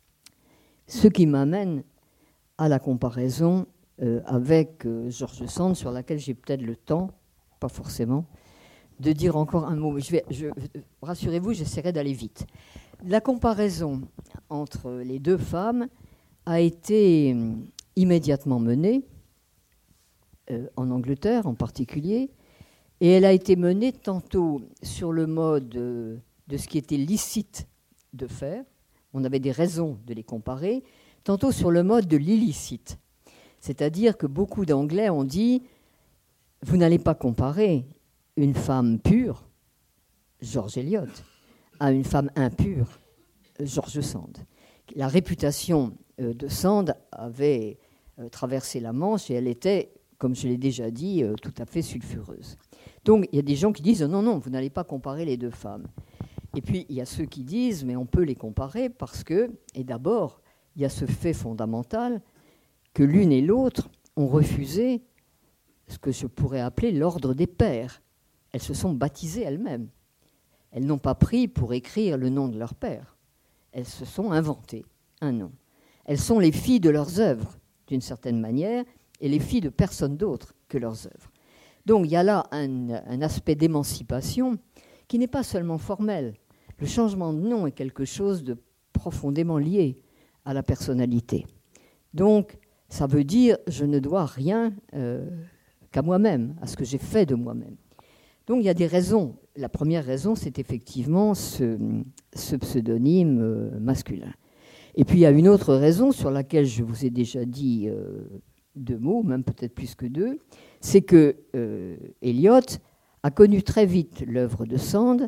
Ce qui m'amène à la comparaison euh, avec euh, George Sand, sur laquelle j'ai peut-être le temps, pas forcément, de dire encore un mot. Je vais, je, rassurez-vous, j'essaierai d'aller vite. La comparaison entre les deux femmes a été immédiatement menée, euh, en Angleterre en particulier, et elle a été menée tantôt sur le mode euh, de ce qui était licite de faire, on avait des raisons de les comparer, tantôt sur le mode de l'illicite. C'est-à-dire que beaucoup d'Anglais ont dit « Vous n'allez pas comparer une femme pure, George Eliot, à une femme impure, George Sand. » La réputation euh, de Sand avait euh, traversé la Manche et elle était, comme je l'ai déjà dit, euh, tout à fait sulfureuse. Donc il y a des gens qui disent « Non, non, vous n'allez pas comparer les deux femmes. » Et puis il y a ceux qui disent « Mais on peut les comparer parce que, et d'abord, il y a ce fait fondamental que l'une et l'autre ont refusé ce que je pourrais appeler l'ordre des pères. Elles se sont baptisées elles-mêmes. Elles n'ont pas pris pour écrire le nom de leur père. Elles se sont inventées un nom. Elles sont les filles de leurs œuvres, d'une certaine manière, et les filles de personne d'autre que leurs œuvres. Donc il y a là un, un aspect d'émancipation qui n'est pas seulement formel. Le changement de nom est quelque chose de profondément lié à la personnalité. Donc ça veut dire je ne dois rien euh, qu'à moi-même, à ce que j'ai fait de moi-même. Donc il y a des raisons. La première raison, c'est effectivement ce, ce pseudonyme euh, masculin. Et puis il y a une autre raison sur laquelle je vous ai déjà dit euh, deux mots, même peut-être plus que deux, c'est que euh, Eliot a connu très vite l'œuvre de Sand.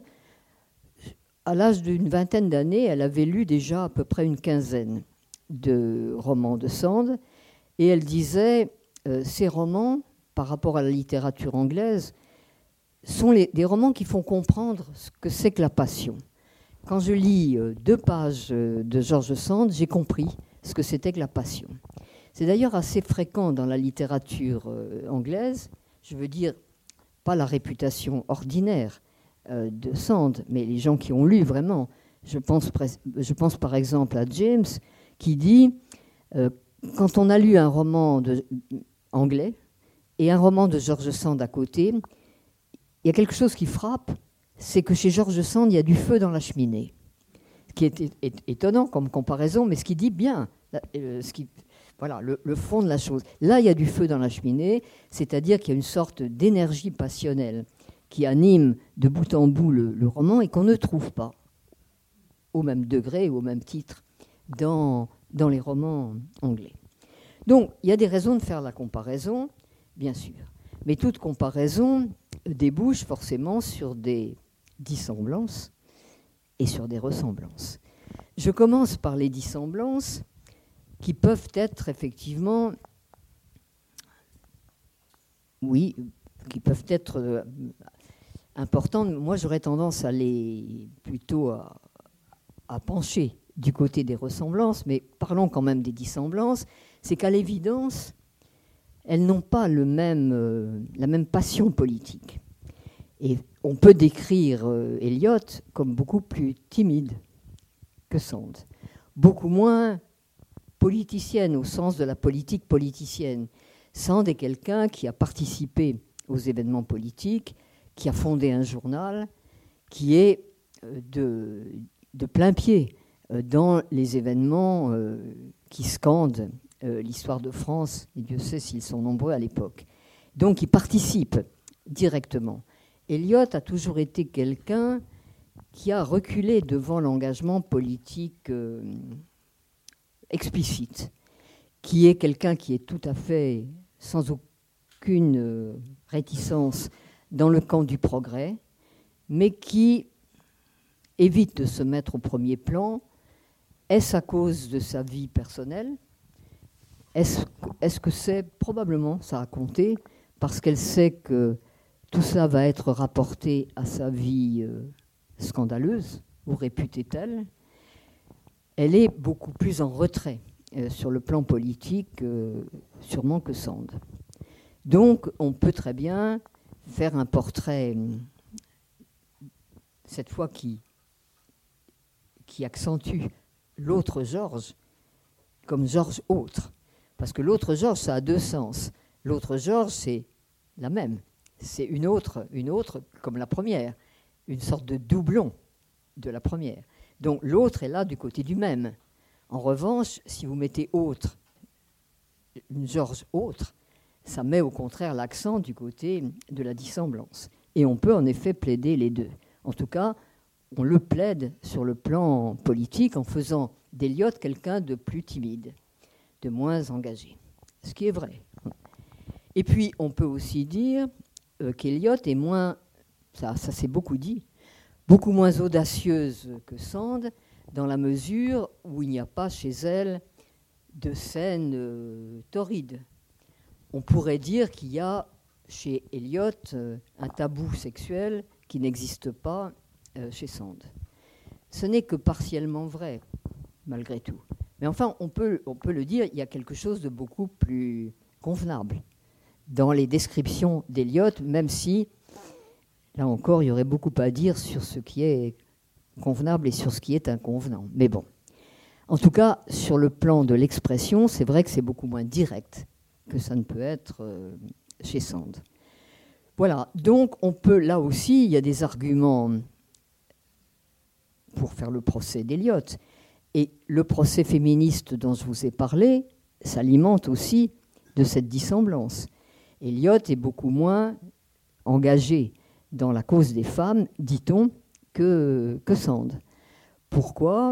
À l'âge d'une vingtaine d'années, elle avait lu déjà à peu près une quinzaine de romans de Sand, et elle disait euh, ces romans, par rapport à la littérature anglaise, sont les, des romans qui font comprendre ce que c'est que la passion. Quand je lis euh, deux pages euh, de George Sand, j'ai compris ce que c'était que la passion. C'est d'ailleurs assez fréquent dans la littérature euh, anglaise, je veux dire, pas la réputation ordinaire euh, de Sand, mais les gens qui ont lu vraiment. Je pense, je pense par exemple à James, qui dit euh, quand on a lu un roman de, anglais et un roman de George Sand à côté, il y a quelque chose qui frappe, c'est que chez George Sand, il y a du feu dans la cheminée. Ce qui est, est étonnant comme comparaison, mais ce qui dit bien, euh, ce qui, voilà, le, le fond de la chose. Là, il y a du feu dans la cheminée, c'est-à-dire qu'il y a une sorte d'énergie passionnelle qui anime de bout en bout le, le roman et qu'on ne trouve pas au même degré ou au même titre dans, dans les romans anglais. Donc, il y a des raisons de faire la comparaison, bien sûr. Mais toute comparaison débouche forcément sur des dissemblances et sur des ressemblances. Je commence par les dissemblances qui peuvent être effectivement oui, qui peuvent être euh, importantes. Moi, j'aurais tendance à les plutôt à, à pencher du côté des ressemblances, mais parlons quand même des dissemblances. C'est qu'à l'évidence, elles n'ont pas le même, euh, la même passion politique. Et on peut décrire euh, Eliot comme beaucoup plus timide que Sand, beaucoup moins politicienne au sens de la politique politicienne. Sand est quelqu'un qui a participé aux événements politiques, qui a fondé un journal, qui est euh, de, de plein pied euh, dans les événements euh, qui scandent euh, l'histoire de France, et Dieu sait s'ils sont nombreux à l'époque. Donc il participe directement. Eliot a toujours été quelqu'un qui a reculé devant l'engagement politique euh, explicite, qui est quelqu'un qui est tout à fait sans aucune euh, réticence dans le camp du progrès, mais qui évite de se mettre au premier plan. Est-ce à cause de sa vie personnelle ? Est-ce, est-ce que c'est probablement, ça a compté, parce qu'elle sait que tout ça va être rapporté à sa vie euh, scandaleuse ou réputée telle. Elle est beaucoup plus en retrait euh, sur le plan politique, euh, sûrement que Sand. Donc, on peut très bien faire un portrait, cette fois qui, qui accentue l'autre Georges comme Georges autre. Parce que l'autre Georges, ça a deux sens. L'autre Georges, c'est la même. C'est une autre, une autre comme la première, une sorte de doublon de la première. Donc l'autre est là du côté du même. En revanche, si vous mettez autre, une Georges autre, ça met au contraire l'accent du côté de la dissemblance. Et on peut en effet plaider les deux. En tout cas, on le plaide sur le plan politique en faisant d'Eliot quelqu'un de plus timide, de moins engagé. Ce qui est vrai. Et puis, on peut aussi dire euh, qu'Eliot est moins, ça, ça s'est beaucoup dit, beaucoup moins audacieuse que Sand, dans la mesure où il n'y a pas chez elle de scènes euh, torrides. On pourrait dire qu'il y a chez Eliot euh, un tabou sexuel qui n'existe pas euh, chez Sand. Ce n'est que partiellement vrai, malgré tout. Mais enfin, on peut, on peut le dire, il y a quelque chose de beaucoup plus convenable dans les descriptions d'Eliot, même si, là encore, il y aurait beaucoup à dire sur ce qui est convenable et sur ce qui est inconvenant. Mais bon, en tout cas, sur le plan de l'expression, c'est vrai que c'est beaucoup moins direct que ça ne peut être euh, chez Sand. Voilà, donc on peut, là aussi, il y a des arguments pour faire le procès d'Eliot. Et le procès féministe dont je vous ai parlé s'alimente aussi de cette dissemblance. Eliot est beaucoup moins engagé dans la cause des femmes, dit-on, que, que Sand. Pourquoi ?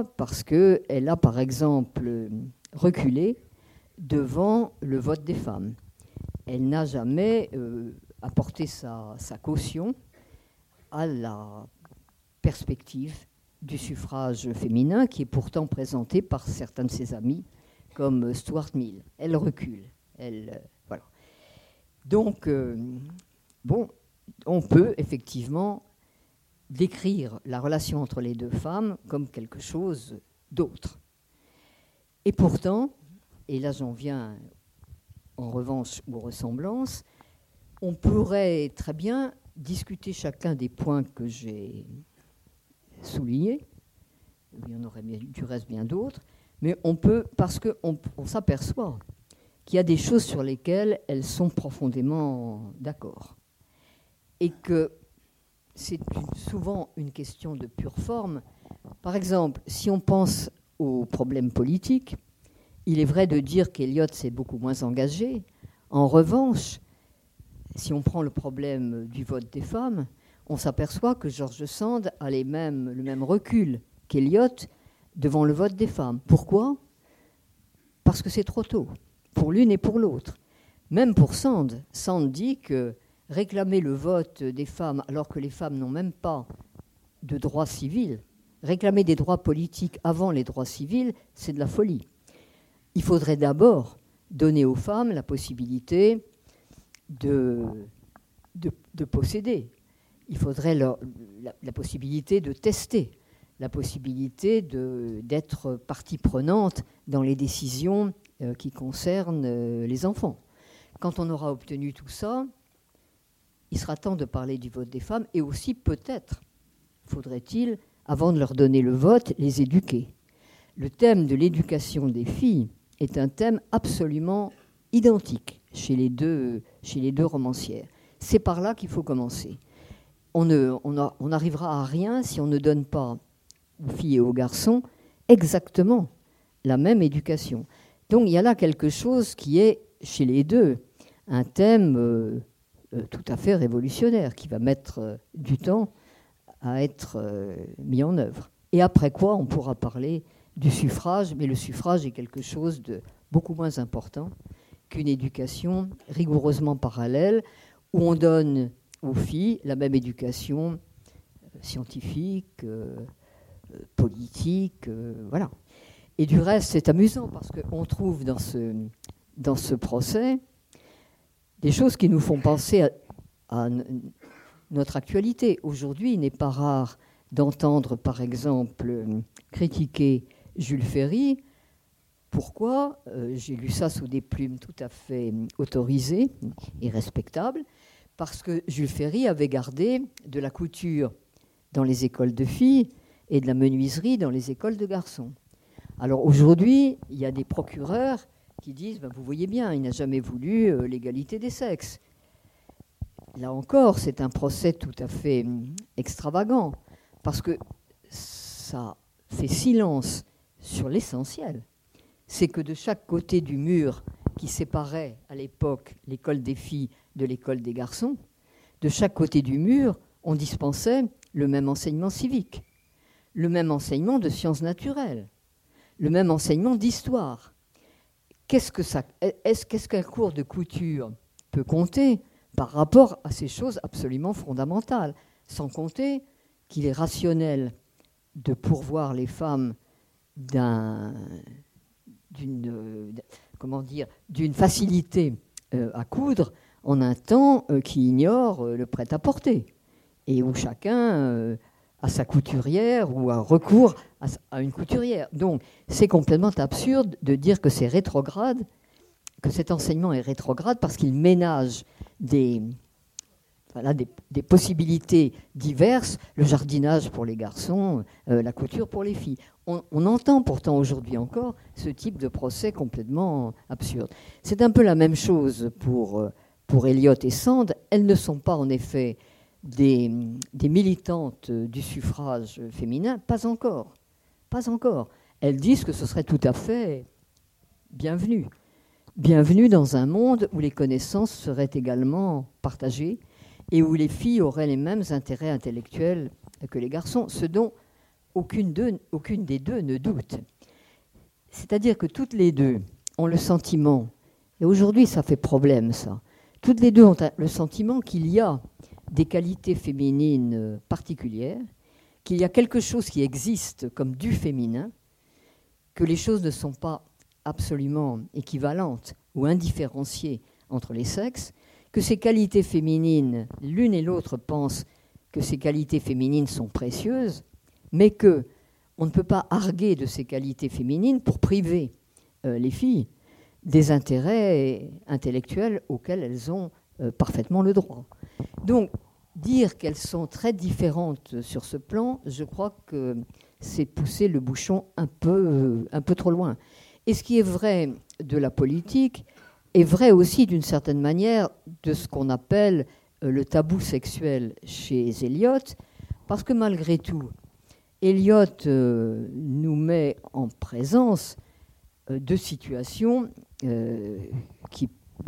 Parce qu'elle a, par exemple, reculé devant le vote des femmes. Elle n'a jamais euh, apporté sa, sa caution à la perspective du suffrage féminin, qui est pourtant présenté par certains de ses amis comme Stuart Mill. Elle recule. Elle, euh, voilà. Donc, euh, bon, on peut effectivement décrire la relation entre les deux femmes comme quelque chose d'autre. Et pourtant, et là j'en viens en revanche aux ressemblances, on pourrait très bien discuter chacun des points que j'ai soulignés. Il y en aurait du reste bien d'autres, mais on peut, parce qu'on on s'aperçoit qu'il y a des choses sur lesquelles elles sont profondément d'accord. Et que c'est une, souvent une question de pure forme. Par exemple, si on pense aux problèmes politiques, il est vrai de dire qu'Eliot s'est beaucoup moins engagé. En revanche, si on prend le problème du vote des femmes, on s'aperçoit que George Sand a les mêmes, le même recul qu'Eliot devant le vote des femmes. Pourquoi ? Parce que c'est trop tôt, pour l'une et pour l'autre. Même pour Sand, Sand dit que réclamer le vote des femmes alors que les femmes n'ont même pas de droits civils, réclamer des droits politiques avant les droits civils, c'est de la folie. Il faudrait d'abord donner aux femmes la possibilité de, de, de posséder. Il faudrait leur, la, la possibilité de tester, la possibilité de, d'être partie prenante dans les décisions euh, qui concernent euh, les enfants. Quand on aura obtenu tout ça, il sera temps de parler du vote des femmes et aussi peut-être faudrait-il, avant de leur donner le vote, les éduquer. Le thème de l'éducation des filles est un thème absolument identique chez les deux, chez les deux romancières. C'est par là qu'il faut commencer. On ne, on a, on n'arrivera à rien si on ne donne pas aux filles et aux garçons exactement la même éducation. Donc il y a là quelque chose qui est, chez les deux, un thème euh, euh, tout à fait révolutionnaire, qui va mettre euh, du temps à être euh, mis en œuvre. Et après quoi, on pourra parler du suffrage, mais le suffrage est quelque chose de beaucoup moins important qu'une éducation rigoureusement parallèle, où on donne aux filles la même éducation euh, scientifique, euh, euh, politique, euh, voilà. Et du reste, c'est amusant parce qu'on trouve dans ce, dans ce procès des choses qui nous font penser à, à notre actualité. Aujourd'hui, il n'est pas rare d'entendre, par exemple, critiquer Jules Ferry. Pourquoi ? euh, J'ai lu ça sous des plumes tout à fait autorisées et respectables, parce que Jules Ferry avait gardé de la couture dans les écoles de filles et de la menuiserie dans les écoles de garçons. Alors aujourd'hui, il y a des procureurs qui disent ben, « vous voyez bien, il n'a jamais voulu euh, l'égalité des sexes ». Là encore, c'est un procès tout à fait extravagant, parce que ça fait silence sur l'essentiel. C'est que de chaque côté du mur qui séparait à l'époque l'école des filles de l'école des garçons, de chaque côté du mur, on dispensait le même enseignement civique, le même enseignement de sciences naturelles, le même enseignement d'histoire. Qu'est-ce que ça, est-ce, qu'est-ce qu'un cours de couture peut compter par rapport à ces choses absolument fondamentales, sans compter qu'il est rationnel de pourvoir les femmes d'un, d'une, comment dire, d'une facilité euh, à coudre en un temps euh, qui ignore euh, le prêt-à-porter et où chacun euh, a sa couturière ou a recours à, à une couturière. Donc c'est complètement absurde de dire que c'est rétrograde, que cet enseignement est rétrograde parce qu'il ménage des, voilà, des, des possibilités diverses, le jardinage pour les garçons, euh, la couture pour les filles. On, on entend pourtant aujourd'hui encore ce type de procès complètement absurde. C'est un peu la même chose pour, pour Eliot et Sand. Elles ne sont pas en effet des, des militantes du suffrage féminin, pas encore, pas encore. Elles disent que ce serait tout à fait bienvenu. Bienvenue dans un monde où les connaissances seraient également partagées et où les filles auraient les mêmes intérêts intellectuels que les garçons, ce dont aucune, d'eux, aucune des deux ne doute. C'est-à-dire que toutes les deux ont le sentiment, et aujourd'hui ça fait problème ça, toutes les deux ont le sentiment qu'il y a des qualités féminines particulières, qu'il y a quelque chose qui existe comme du féminin, que les choses ne sont pas absolument équivalentes ou indifférenciées entre les sexes, que ces qualités féminines, l'une et l'autre pensent que ces qualités féminines sont précieuses, mais que on ne peut pas arguer de ces qualités féminines pour priver euh, les filles des intérêts intellectuels auxquels elles ont euh, parfaitement le droit. Donc, dire qu'elles sont très différentes sur ce plan, je crois que c'est pousser le bouchon un peu, euh, un peu trop loin. Et ce qui est vrai de la politique est vrai aussi d'une certaine manière de ce qu'on appelle le tabou sexuel chez Eliot, parce que malgré tout, Eliot euh, nous met en présence euh, de situations euh, qui,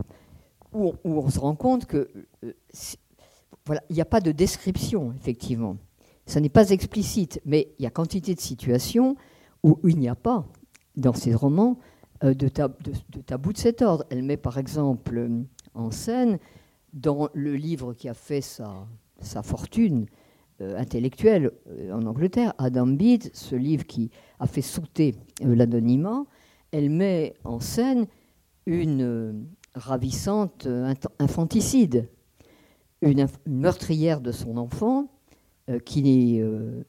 où, on, où on se rend compte que euh, voilà, il n'y a pas de description, effectivement. Ça n'est pas explicite, mais il y a quantité de situations où il n'y a pas dans ses romans euh, de, tab- de, de tabou de cet ordre. Elle met par exemple euh, en scène, dans le livre qui a fait sa, sa fortune euh, intellectuelle euh, en Angleterre, Adam Bede, ce livre qui a fait sauter euh, l'anonymat, elle met en scène une, euh, ravissante euh, infanticide. Une, inf- une meurtrière de son enfant euh, qui euh,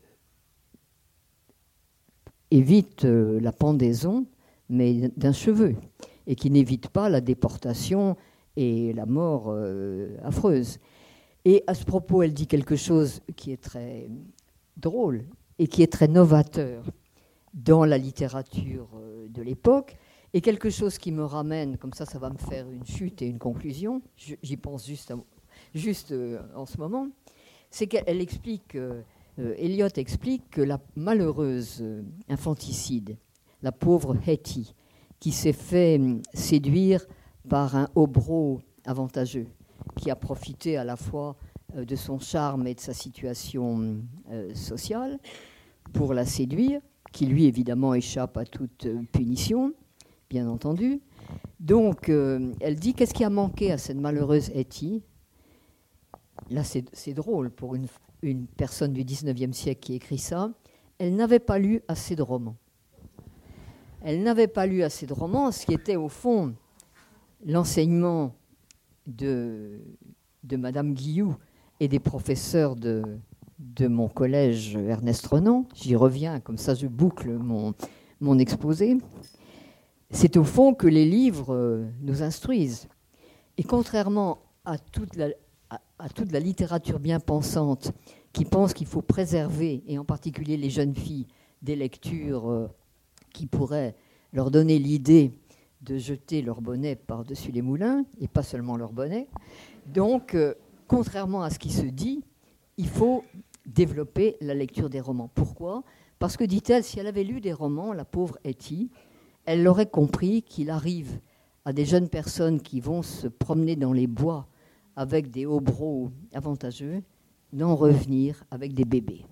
évite euh, la pendaison, mais d'un cheveu, et qui n'évite pas la déportation et la mort euh, affreuse. Et à ce propos, elle dit quelque chose qui est très drôle et qui est très novateur dans la littérature euh, de l'époque, et quelque chose qui me ramène, comme ça, ça va me faire une chute et une conclusion, j'y pense juste, à, juste euh, en ce moment, c'est qu'elle explique, euh, euh, Eliot explique que la malheureuse euh, infanticide, la pauvre Hetty, qui s'est fait euh, séduire par un hobereau avantageux, qui a profité à la fois euh, de son charme et de sa situation euh, sociale pour la séduire, qui lui évidemment échappe à toute euh, punition, bien entendu. Donc, euh, elle dit, qu'est-ce qui a manqué à cette malheureuse Hetty? Là, c'est, c'est drôle pour une, une personne du dix-neuvième siècle qui écrit ça. Elle n'avait pas lu assez de romans. Elle n'avait pas lu assez de romans, ce qui était au fond l'enseignement de, de Madame Guilloux et des professeurs de, de mon collège Ernest Renan. J'y reviens, comme ça je boucle mon, mon exposé. C'est au fond que les livres euh, nous instruisent. Et contrairement à toute, la, à, à toute la littérature bien pensante qui pense qu'il faut préserver, et en particulier les jeunes filles, des lectures euh, qui pourraient leur donner l'idée de jeter leur bonnet par-dessus les moulins, et pas seulement leur bonnet. Donc, euh, contrairement à ce qui se dit, il faut développer la lecture des romans. Pourquoi ? Parce que, dit-elle, si elle avait lu des romans, la pauvre Hetty, elle aurait compris qu'il arrive à des jeunes personnes qui vont se promener dans les bois avec des hobereaux avantageux, d'en revenir avec des bébés.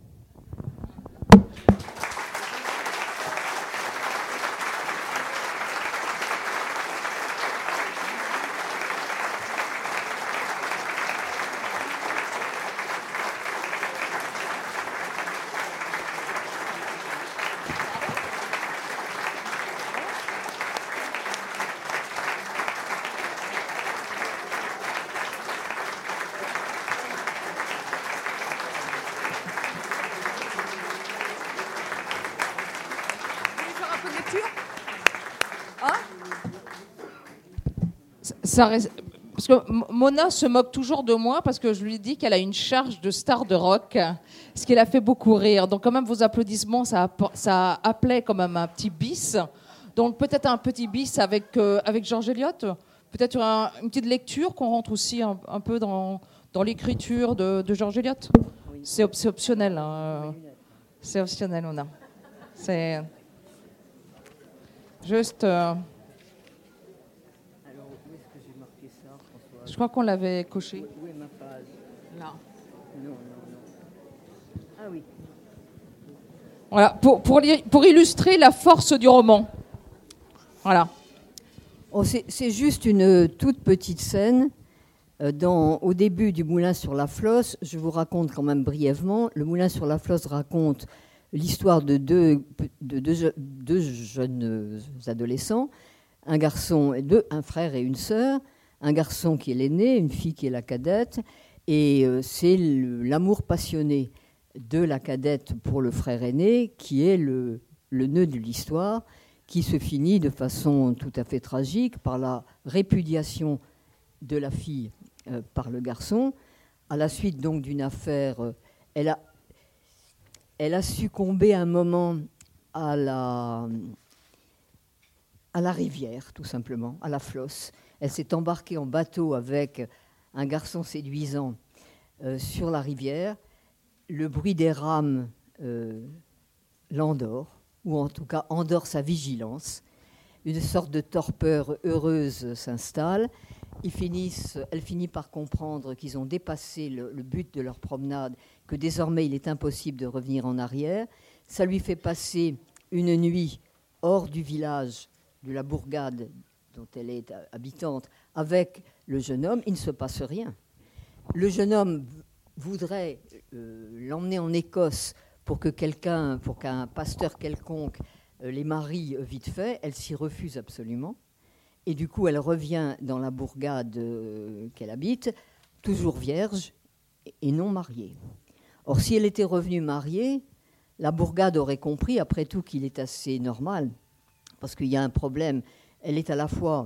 Ça, parce que Mona se moque toujours de moi parce que je lui dis qu'elle a une charge de star de rock, ce qui l'a fait beaucoup rire. Donc quand même vos applaudissements, ça, ça appelait quand même un petit bis. Donc peut-être un petit bis avec, euh, avec George Eliot. Peut-être un, une petite lecture qu'on rentre aussi un, un peu dans, dans l'écriture de, de George Eliot. Oui. C'est, op- c'est optionnel. Hein. C'est optionnel, Mona. C'est juste... Euh, Je crois qu'on l'avait coché. Où est ma page ? Là. Non, non, non. Ah oui. Voilà, pour, pour, pour illustrer la force du roman. Voilà. Oh, c'est, c'est juste une toute petite scène. Dans, au début du Moulin sur la Flosse, je vous raconte quand même brièvement. Le Moulin sur la Flosse raconte l'histoire de deux, de deux, deux jeunes adolescents, un garçon, et deux, un frère et une sœur. Un garçon qui est l'aîné, une fille qui est la cadette, et euh, c'est le, l'amour passionné de la cadette pour le frère aîné qui est le, le nœud de l'histoire, qui se finit de façon tout à fait tragique par la répudiation de la fille euh, par le garçon, à la suite donc d'une affaire. Euh, elle, a, elle a succombé un moment à la, à la rivière, tout simplement, à la Flosse. Elle s'est embarquée en bateau avec un garçon séduisant euh, sur la rivière. Le bruit des rames euh, l'endort, ou en tout cas endort sa vigilance. Une sorte de torpeur heureuse s'installe. Ils finissent, elle finit par comprendre qu'ils ont dépassé le, le but de leur promenade, que désormais il est impossible de revenir en arrière. Ça lui fait passer une nuit hors du village, de la bourgade dont elle est habitante, avec le jeune homme. Il ne se passe rien. Le jeune homme voudrait euh, l'emmener en Écosse pour que quelqu'un, pour qu'un pasteur quelconque euh, les marie vite fait. Elle s'y refuse absolument. Et du coup, elle revient dans la bourgade euh, qu'elle habite, toujours vierge et non mariée. Or, si elle était revenue mariée, la bourgade aurait compris, après tout, qu'il est assez normal, parce qu'il y a un problème. Elle est à la fois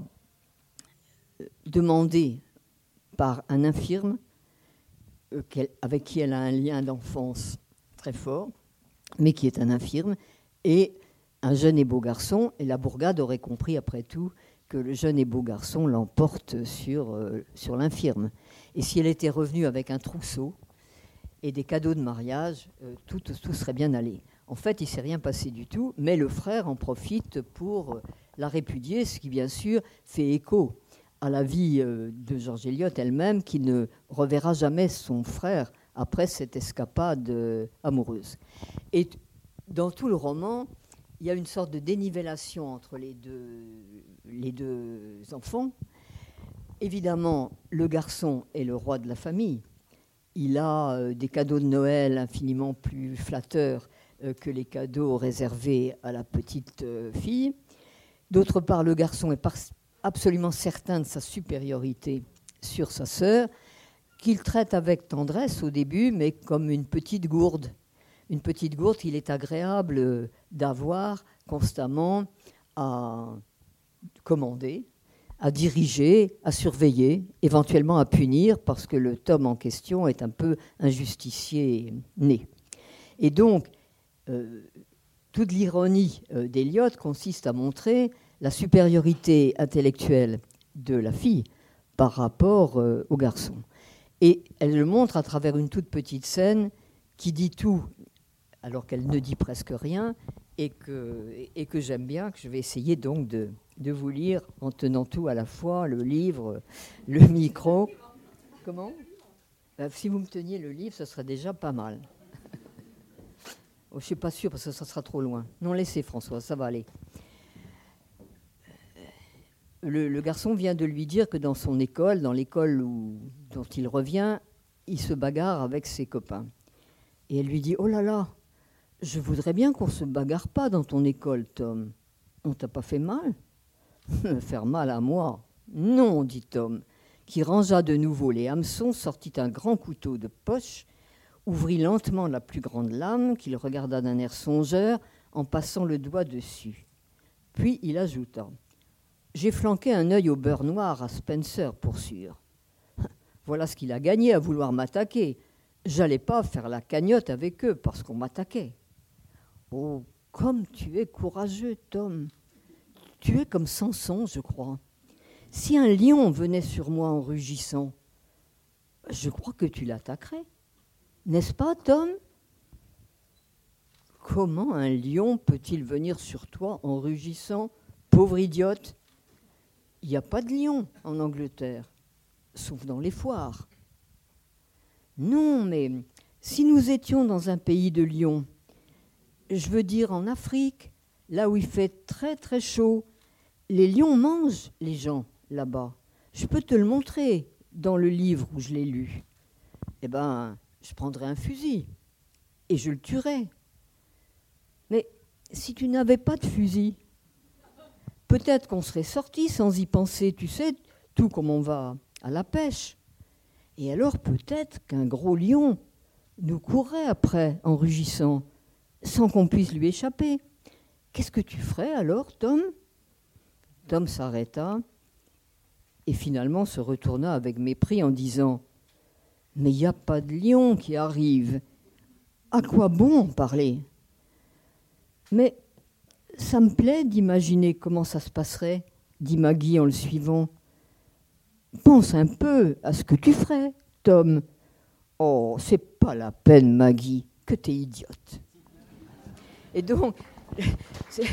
demandée par un infirme, euh, avec qui elle a un lien d'enfance très fort, mais qui est un infirme, et un jeune et beau garçon, et la bourgade aurait compris, après tout, que le jeune et beau garçon l'emporte sur, euh, sur l'infirme. Et si elle était revenue avec un trousseau et des cadeaux de mariage, euh, tout, tout serait bien allé. En fait, il ne s'est rien passé du tout, mais le frère en profite pour la répudier, ce qui, bien sûr, fait écho à la vie euh, de George Eliot elle-même, qui ne reverra jamais son frère après cette escapade euh, amoureuse. Et dans tout le roman, il y a une sorte de dénivellation entre les deux, les deux enfants. Évidemment, le garçon est le roi de la famille. Il a euh, des cadeaux de Noël infiniment plus flatteurs euh, que les cadeaux réservés à la petite euh, fille. D'autre part, le garçon est par- absolument certain de sa supériorité sur sa sœur, qu'il traite avec tendresse au début, mais comme une petite gourde. Une petite gourde qu'il est agréable d'avoir constamment à commander, à diriger, à surveiller, éventuellement à punir, parce que le Tom en question est un peu un justicier né. Et donc, euh, toute l'ironie euh, d'Eliot consiste à montrer la supériorité intellectuelle de la fille par rapport euh, au garçon. Et elle le montre à travers une toute petite scène qui dit tout, alors qu'elle ne dit presque rien, et que, et que j'aime bien, que je vais essayer donc de, de vous lire en tenant tout à la fois, le livre, le micro. Comment ? Ben, si vous me teniez le livre, ce serait déjà pas mal. Oh, je ne suis pas sûre, parce que ça sera trop loin. Non, laissez François, ça va aller. Le, le garçon vient de lui dire que dans son école, dans l'école où, dont il revient, il se bagarre avec ses copains. Et elle lui dit « Oh là là, je voudrais bien qu'on ne se bagarre pas dans ton école, Tom. On t'a pas fait mal ?»« Faire mal à moi ? Non, dit Tom, qui rangea de nouveau les hameçons, sortit un grand couteau de poche, ouvrit lentement la plus grande lame, qu'il regarda d'un air songeur en passant le doigt dessus. Puis il ajouta « J'ai flanqué un œil au beurre noir à Spencer, pour sûr. Voilà ce qu'il a gagné à vouloir m'attaquer. J'allais pas faire la cagnotte avec eux parce qu'on m'attaquait. » « Oh, comme tu es courageux, Tom. Tu es comme Samson, je crois. Si un lion venait sur moi en rugissant, je crois que tu l'attaquerais. N'est-ce pas, Tom ? » « Comment un lion peut-il venir sur toi en rugissant, pauvre idiote ? Il n'y a pas de lion en Angleterre, sauf dans les foires. »« Non, mais si nous étions dans un pays de lions, je veux dire en Afrique, là où il fait très très chaud, les lions mangent les gens là-bas. Je peux te le montrer dans le livre où je l'ai lu. Eh bien, je prendrais un fusil et je le tuerais. Mais si tu n'avais pas de fusil, peut-être qu'on serait sorti sans y penser, tu sais, tout comme on va à la pêche. Et alors peut-être qu'un gros lion nous courrait après en rugissant, sans qu'on puisse lui échapper. Qu'est-ce que tu ferais alors, Tom ? » Tom s'arrêta et finalement se retourna avec mépris en disant « Mais il n'y a pas de lion qui arrive. À quoi bon en parler ? Mais ça me plaît d'imaginer comment ça se passerait, dit Maggie en le suivant. Pense un peu à ce que tu ferais, Tom. Oh, c'est pas la peine, Maggie, que t'es idiote. » Et donc, c'est...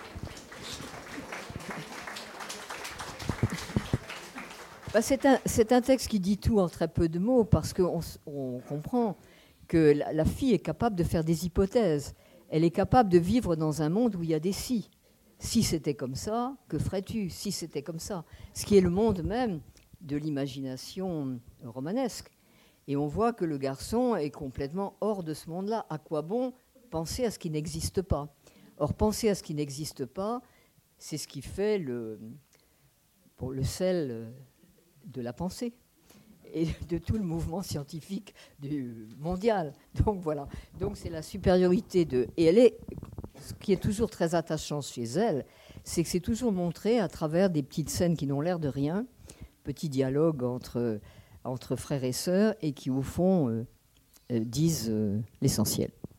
Ben, c'est, un, c'est un texte qui dit tout en très peu de mots, parce qu'on on comprend que la, la fille est capable de faire des hypothèses. Elle est capable de vivre dans un monde où il y a des si. Si c'était comme ça, que ferais-tu ? Si c'était comme ça. Ce qui est le monde même de l'imagination romanesque. Et on voit que le garçon est complètement hors de ce monde-là. À quoi bon penser à ce qui n'existe pas ? Or, penser à ce qui n'existe pas, c'est ce qui fait le, pour le sel euh, de la pensée et de tout le mouvement scientifique du mondial. Donc voilà. Donc c'est la supériorité de. Et elle est. Ce qui est toujours très attachant chez elle, c'est que c'est toujours montré à travers des petites scènes qui n'ont l'air de rien, petits dialogues entre entre frères et sœurs et qui au fond euh, euh, disent euh, l'essentiel.